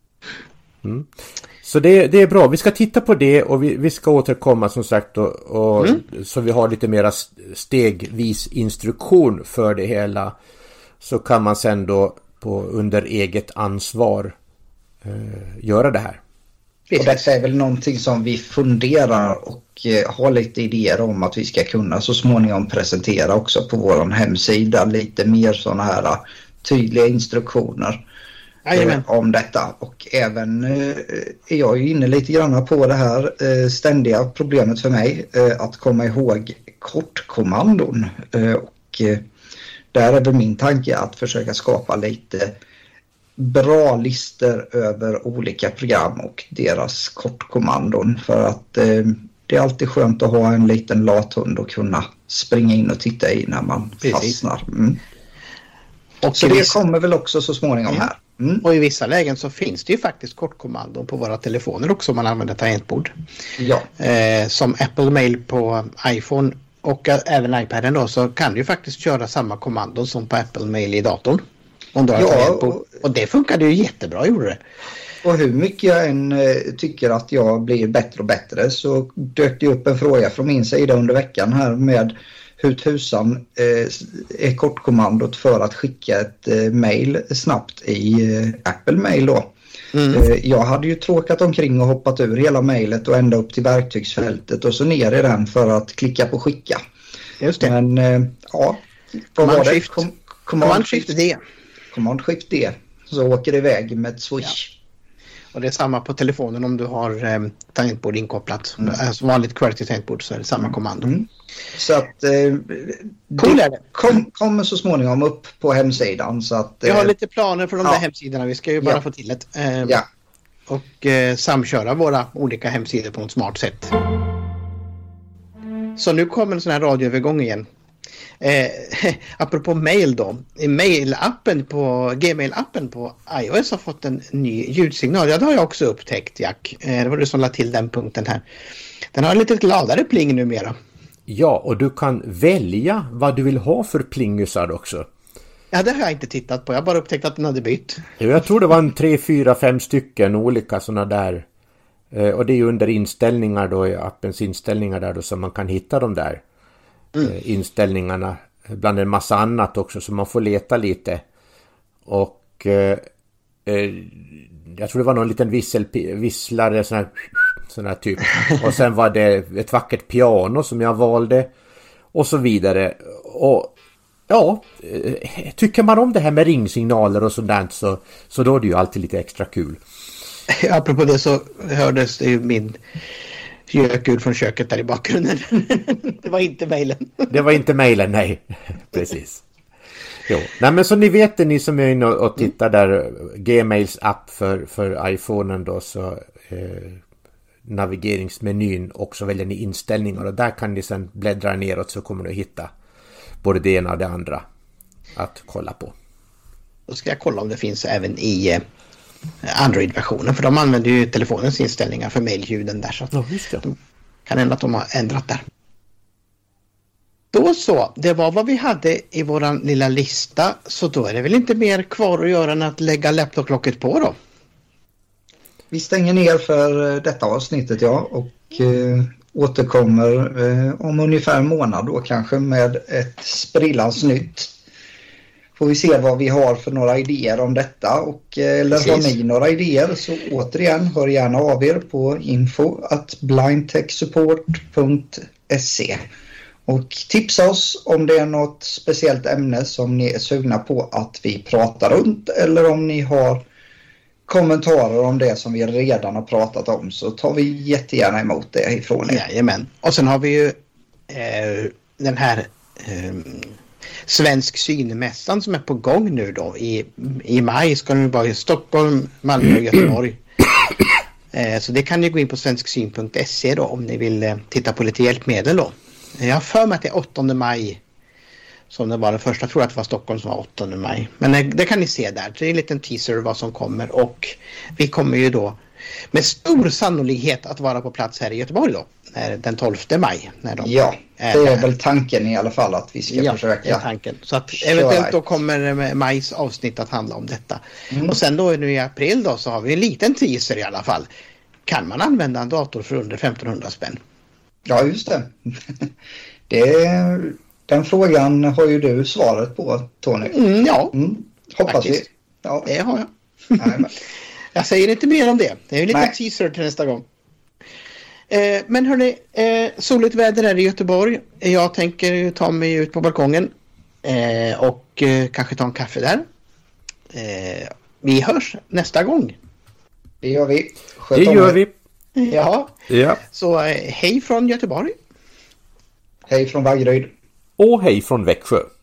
Så det är bra. Vi ska titta på det och vi ska återkomma som sagt och så vi har lite mera stegvis instruktion för det hela. Så kan man sen då under eget ansvar göra det här. Och detta är väl någonting som vi funderar och har lite idéer om att vi ska kunna så småningom presentera också på vår hemsida. Lite mer sådana här tydliga instruktioner om detta. Och även är jag ju inne lite grann på det här ständiga problemet för mig att komma ihåg kortkommandon. Och där är väl min tanke att försöka skapa lite bra listor över olika program och deras kortkommandon, för att det är alltid skönt att ha en liten lathund och kunna springa in och titta i när man fastnar. Och så det kommer väl också så småningom här. Och i vissa lägen så finns det ju faktiskt kortkommandon på våra telefoner också om man använder tangentbord. Ja. Som Apple Mail på iPhone och även iPaden då, så kan du ju faktiskt köra samma kommandon som på Apple Mail i datorn. Och det funkade ju jättebra, gjorde det. Och hur mycket jag än tycker att jag blir bättre och bättre, så dök det upp en fråga från min sida under veckan här med hur tusan är kortkommandot för att skicka ett mail snabbt i Apple Mail då. Jag hade ju tråkat omkring och hoppat ur hela mailet och ända upp till verktygsfältet och så ner i den för att klicka på skicka. Just det. Men ja, Command-Shift D. Så åker det iväg med ett swish. Ja. Och det är samma på telefonen om du har tangentbord inkopplat. Alltså vanligt QWERTY-tangentbord, så är det samma kommando. Så att det kommer så småningom upp på hemsidan. Så att, vi har lite planer för de där hemsidorna. Vi ska ju bara få till ett. Och samköra våra olika hemsidor på ett smart sätt. Så nu kommer en sån här radioövergång igen. Apropå mail då. Mail-appen på Gmail-appen på iOS har fått en ny ljudsignal. Ja, det har jag också upptäckt, Jack. Det var du som lade till den punkten här. Den har en lite gladare pling numera. Ja, och du kan välja vad du vill ha för plingusar också. Ja, det har jag inte tittat på. Jag har bara upptäckt att den hade bytt. Jag tror det var 3, 4, 5 stycken olika sådana där. Och det är ju under inställningar då, i appens inställningar där då, som man kan hitta de där inställningarna bland en massa annat också, så man får leta lite. Och jag tror det var någon liten visslare sån här typ. Och sen var det ett vackert piano som jag valde och så vidare. Och ja, tycker man om det här med ringsignaler och sådant, så då är det ju alltid lite extra kul. Apropå det så hördes det ju min gökul från köket där i bakgrunden. Det var inte mejlen. Det var inte mejlen, nej. Precis. Jo. Nej, men så ni vet det, ni som är inne och tittar där, Gmails app för iPhonen då, så navigeringsmenyn, och så väljer ni inställningar och där kan ni sen bläddra neråt, så kommer ni att hitta både det ena och det andra att kolla på. Då ska jag kolla om det finns även i Android-versionen, för de använder ju telefonens inställningar för mailljuden där, så de kan hända att de har ändrat där. Då så, det var vad vi hade i våran lilla lista, så då är det väl inte mer kvar att göra än att lägga laptoplocket på då. Vi stänger ner för detta avsnittet, och återkommer om ungefär en månad då kanske med ett sprillans nytt. Får vi se vad vi har för några idéer om detta, och eller har ni några idéer, så återigen hör gärna av er på info@blindtechsupport.se och tipsa oss om det är något speciellt ämne som ni är sugna på att vi pratar runt, eller om ni har kommentarer om det som vi redan har pratat om, så tar vi jättegärna emot det ifrån er. Jajamän. Och sen har vi ju den här Svensk synmässan som är på gång nu då. I maj ska den vara i Stockholm, Malmö och Göteborg. Så det kan ni gå in på svensksyn.se då om ni vill titta på lite hjälpmedel då. Jag har för mig att det är 8 maj som det var den första. Jag tror att det var Stockholm som var 8 maj. Men det kan ni se där. Det är en liten teaser vad som kommer. Och vi kommer ju då med stor sannolikhet att vara på plats här i Göteborg då. Den 12 maj. När de det är väl tanken i alla fall att vi ska försöka. Det är tanken. Så att eventuellt då kommer majs avsnitt att handla om detta. Och sen då nu i april då så har vi en liten teaser i alla fall. Kan man använda en dator för under 1500 spänn? Ja, just det. Den frågan har ju du svaret på, Tony. Ja, hoppas faktiskt. Ja. Det har jag. Nej, men. Jag säger inte mer om det. Det är en liten Nej. teaser till nästa gång. Men hörni, soligt väder är i Göteborg. Jag tänker ta mig ut på balkongen och kanske ta en kaffe där. Vi hörs nästa gång. Det gör vi. Det gör vi. Ja. Ja. Så hej från Göteborg. Hej från Vaggeryd. Och hej från Växjö.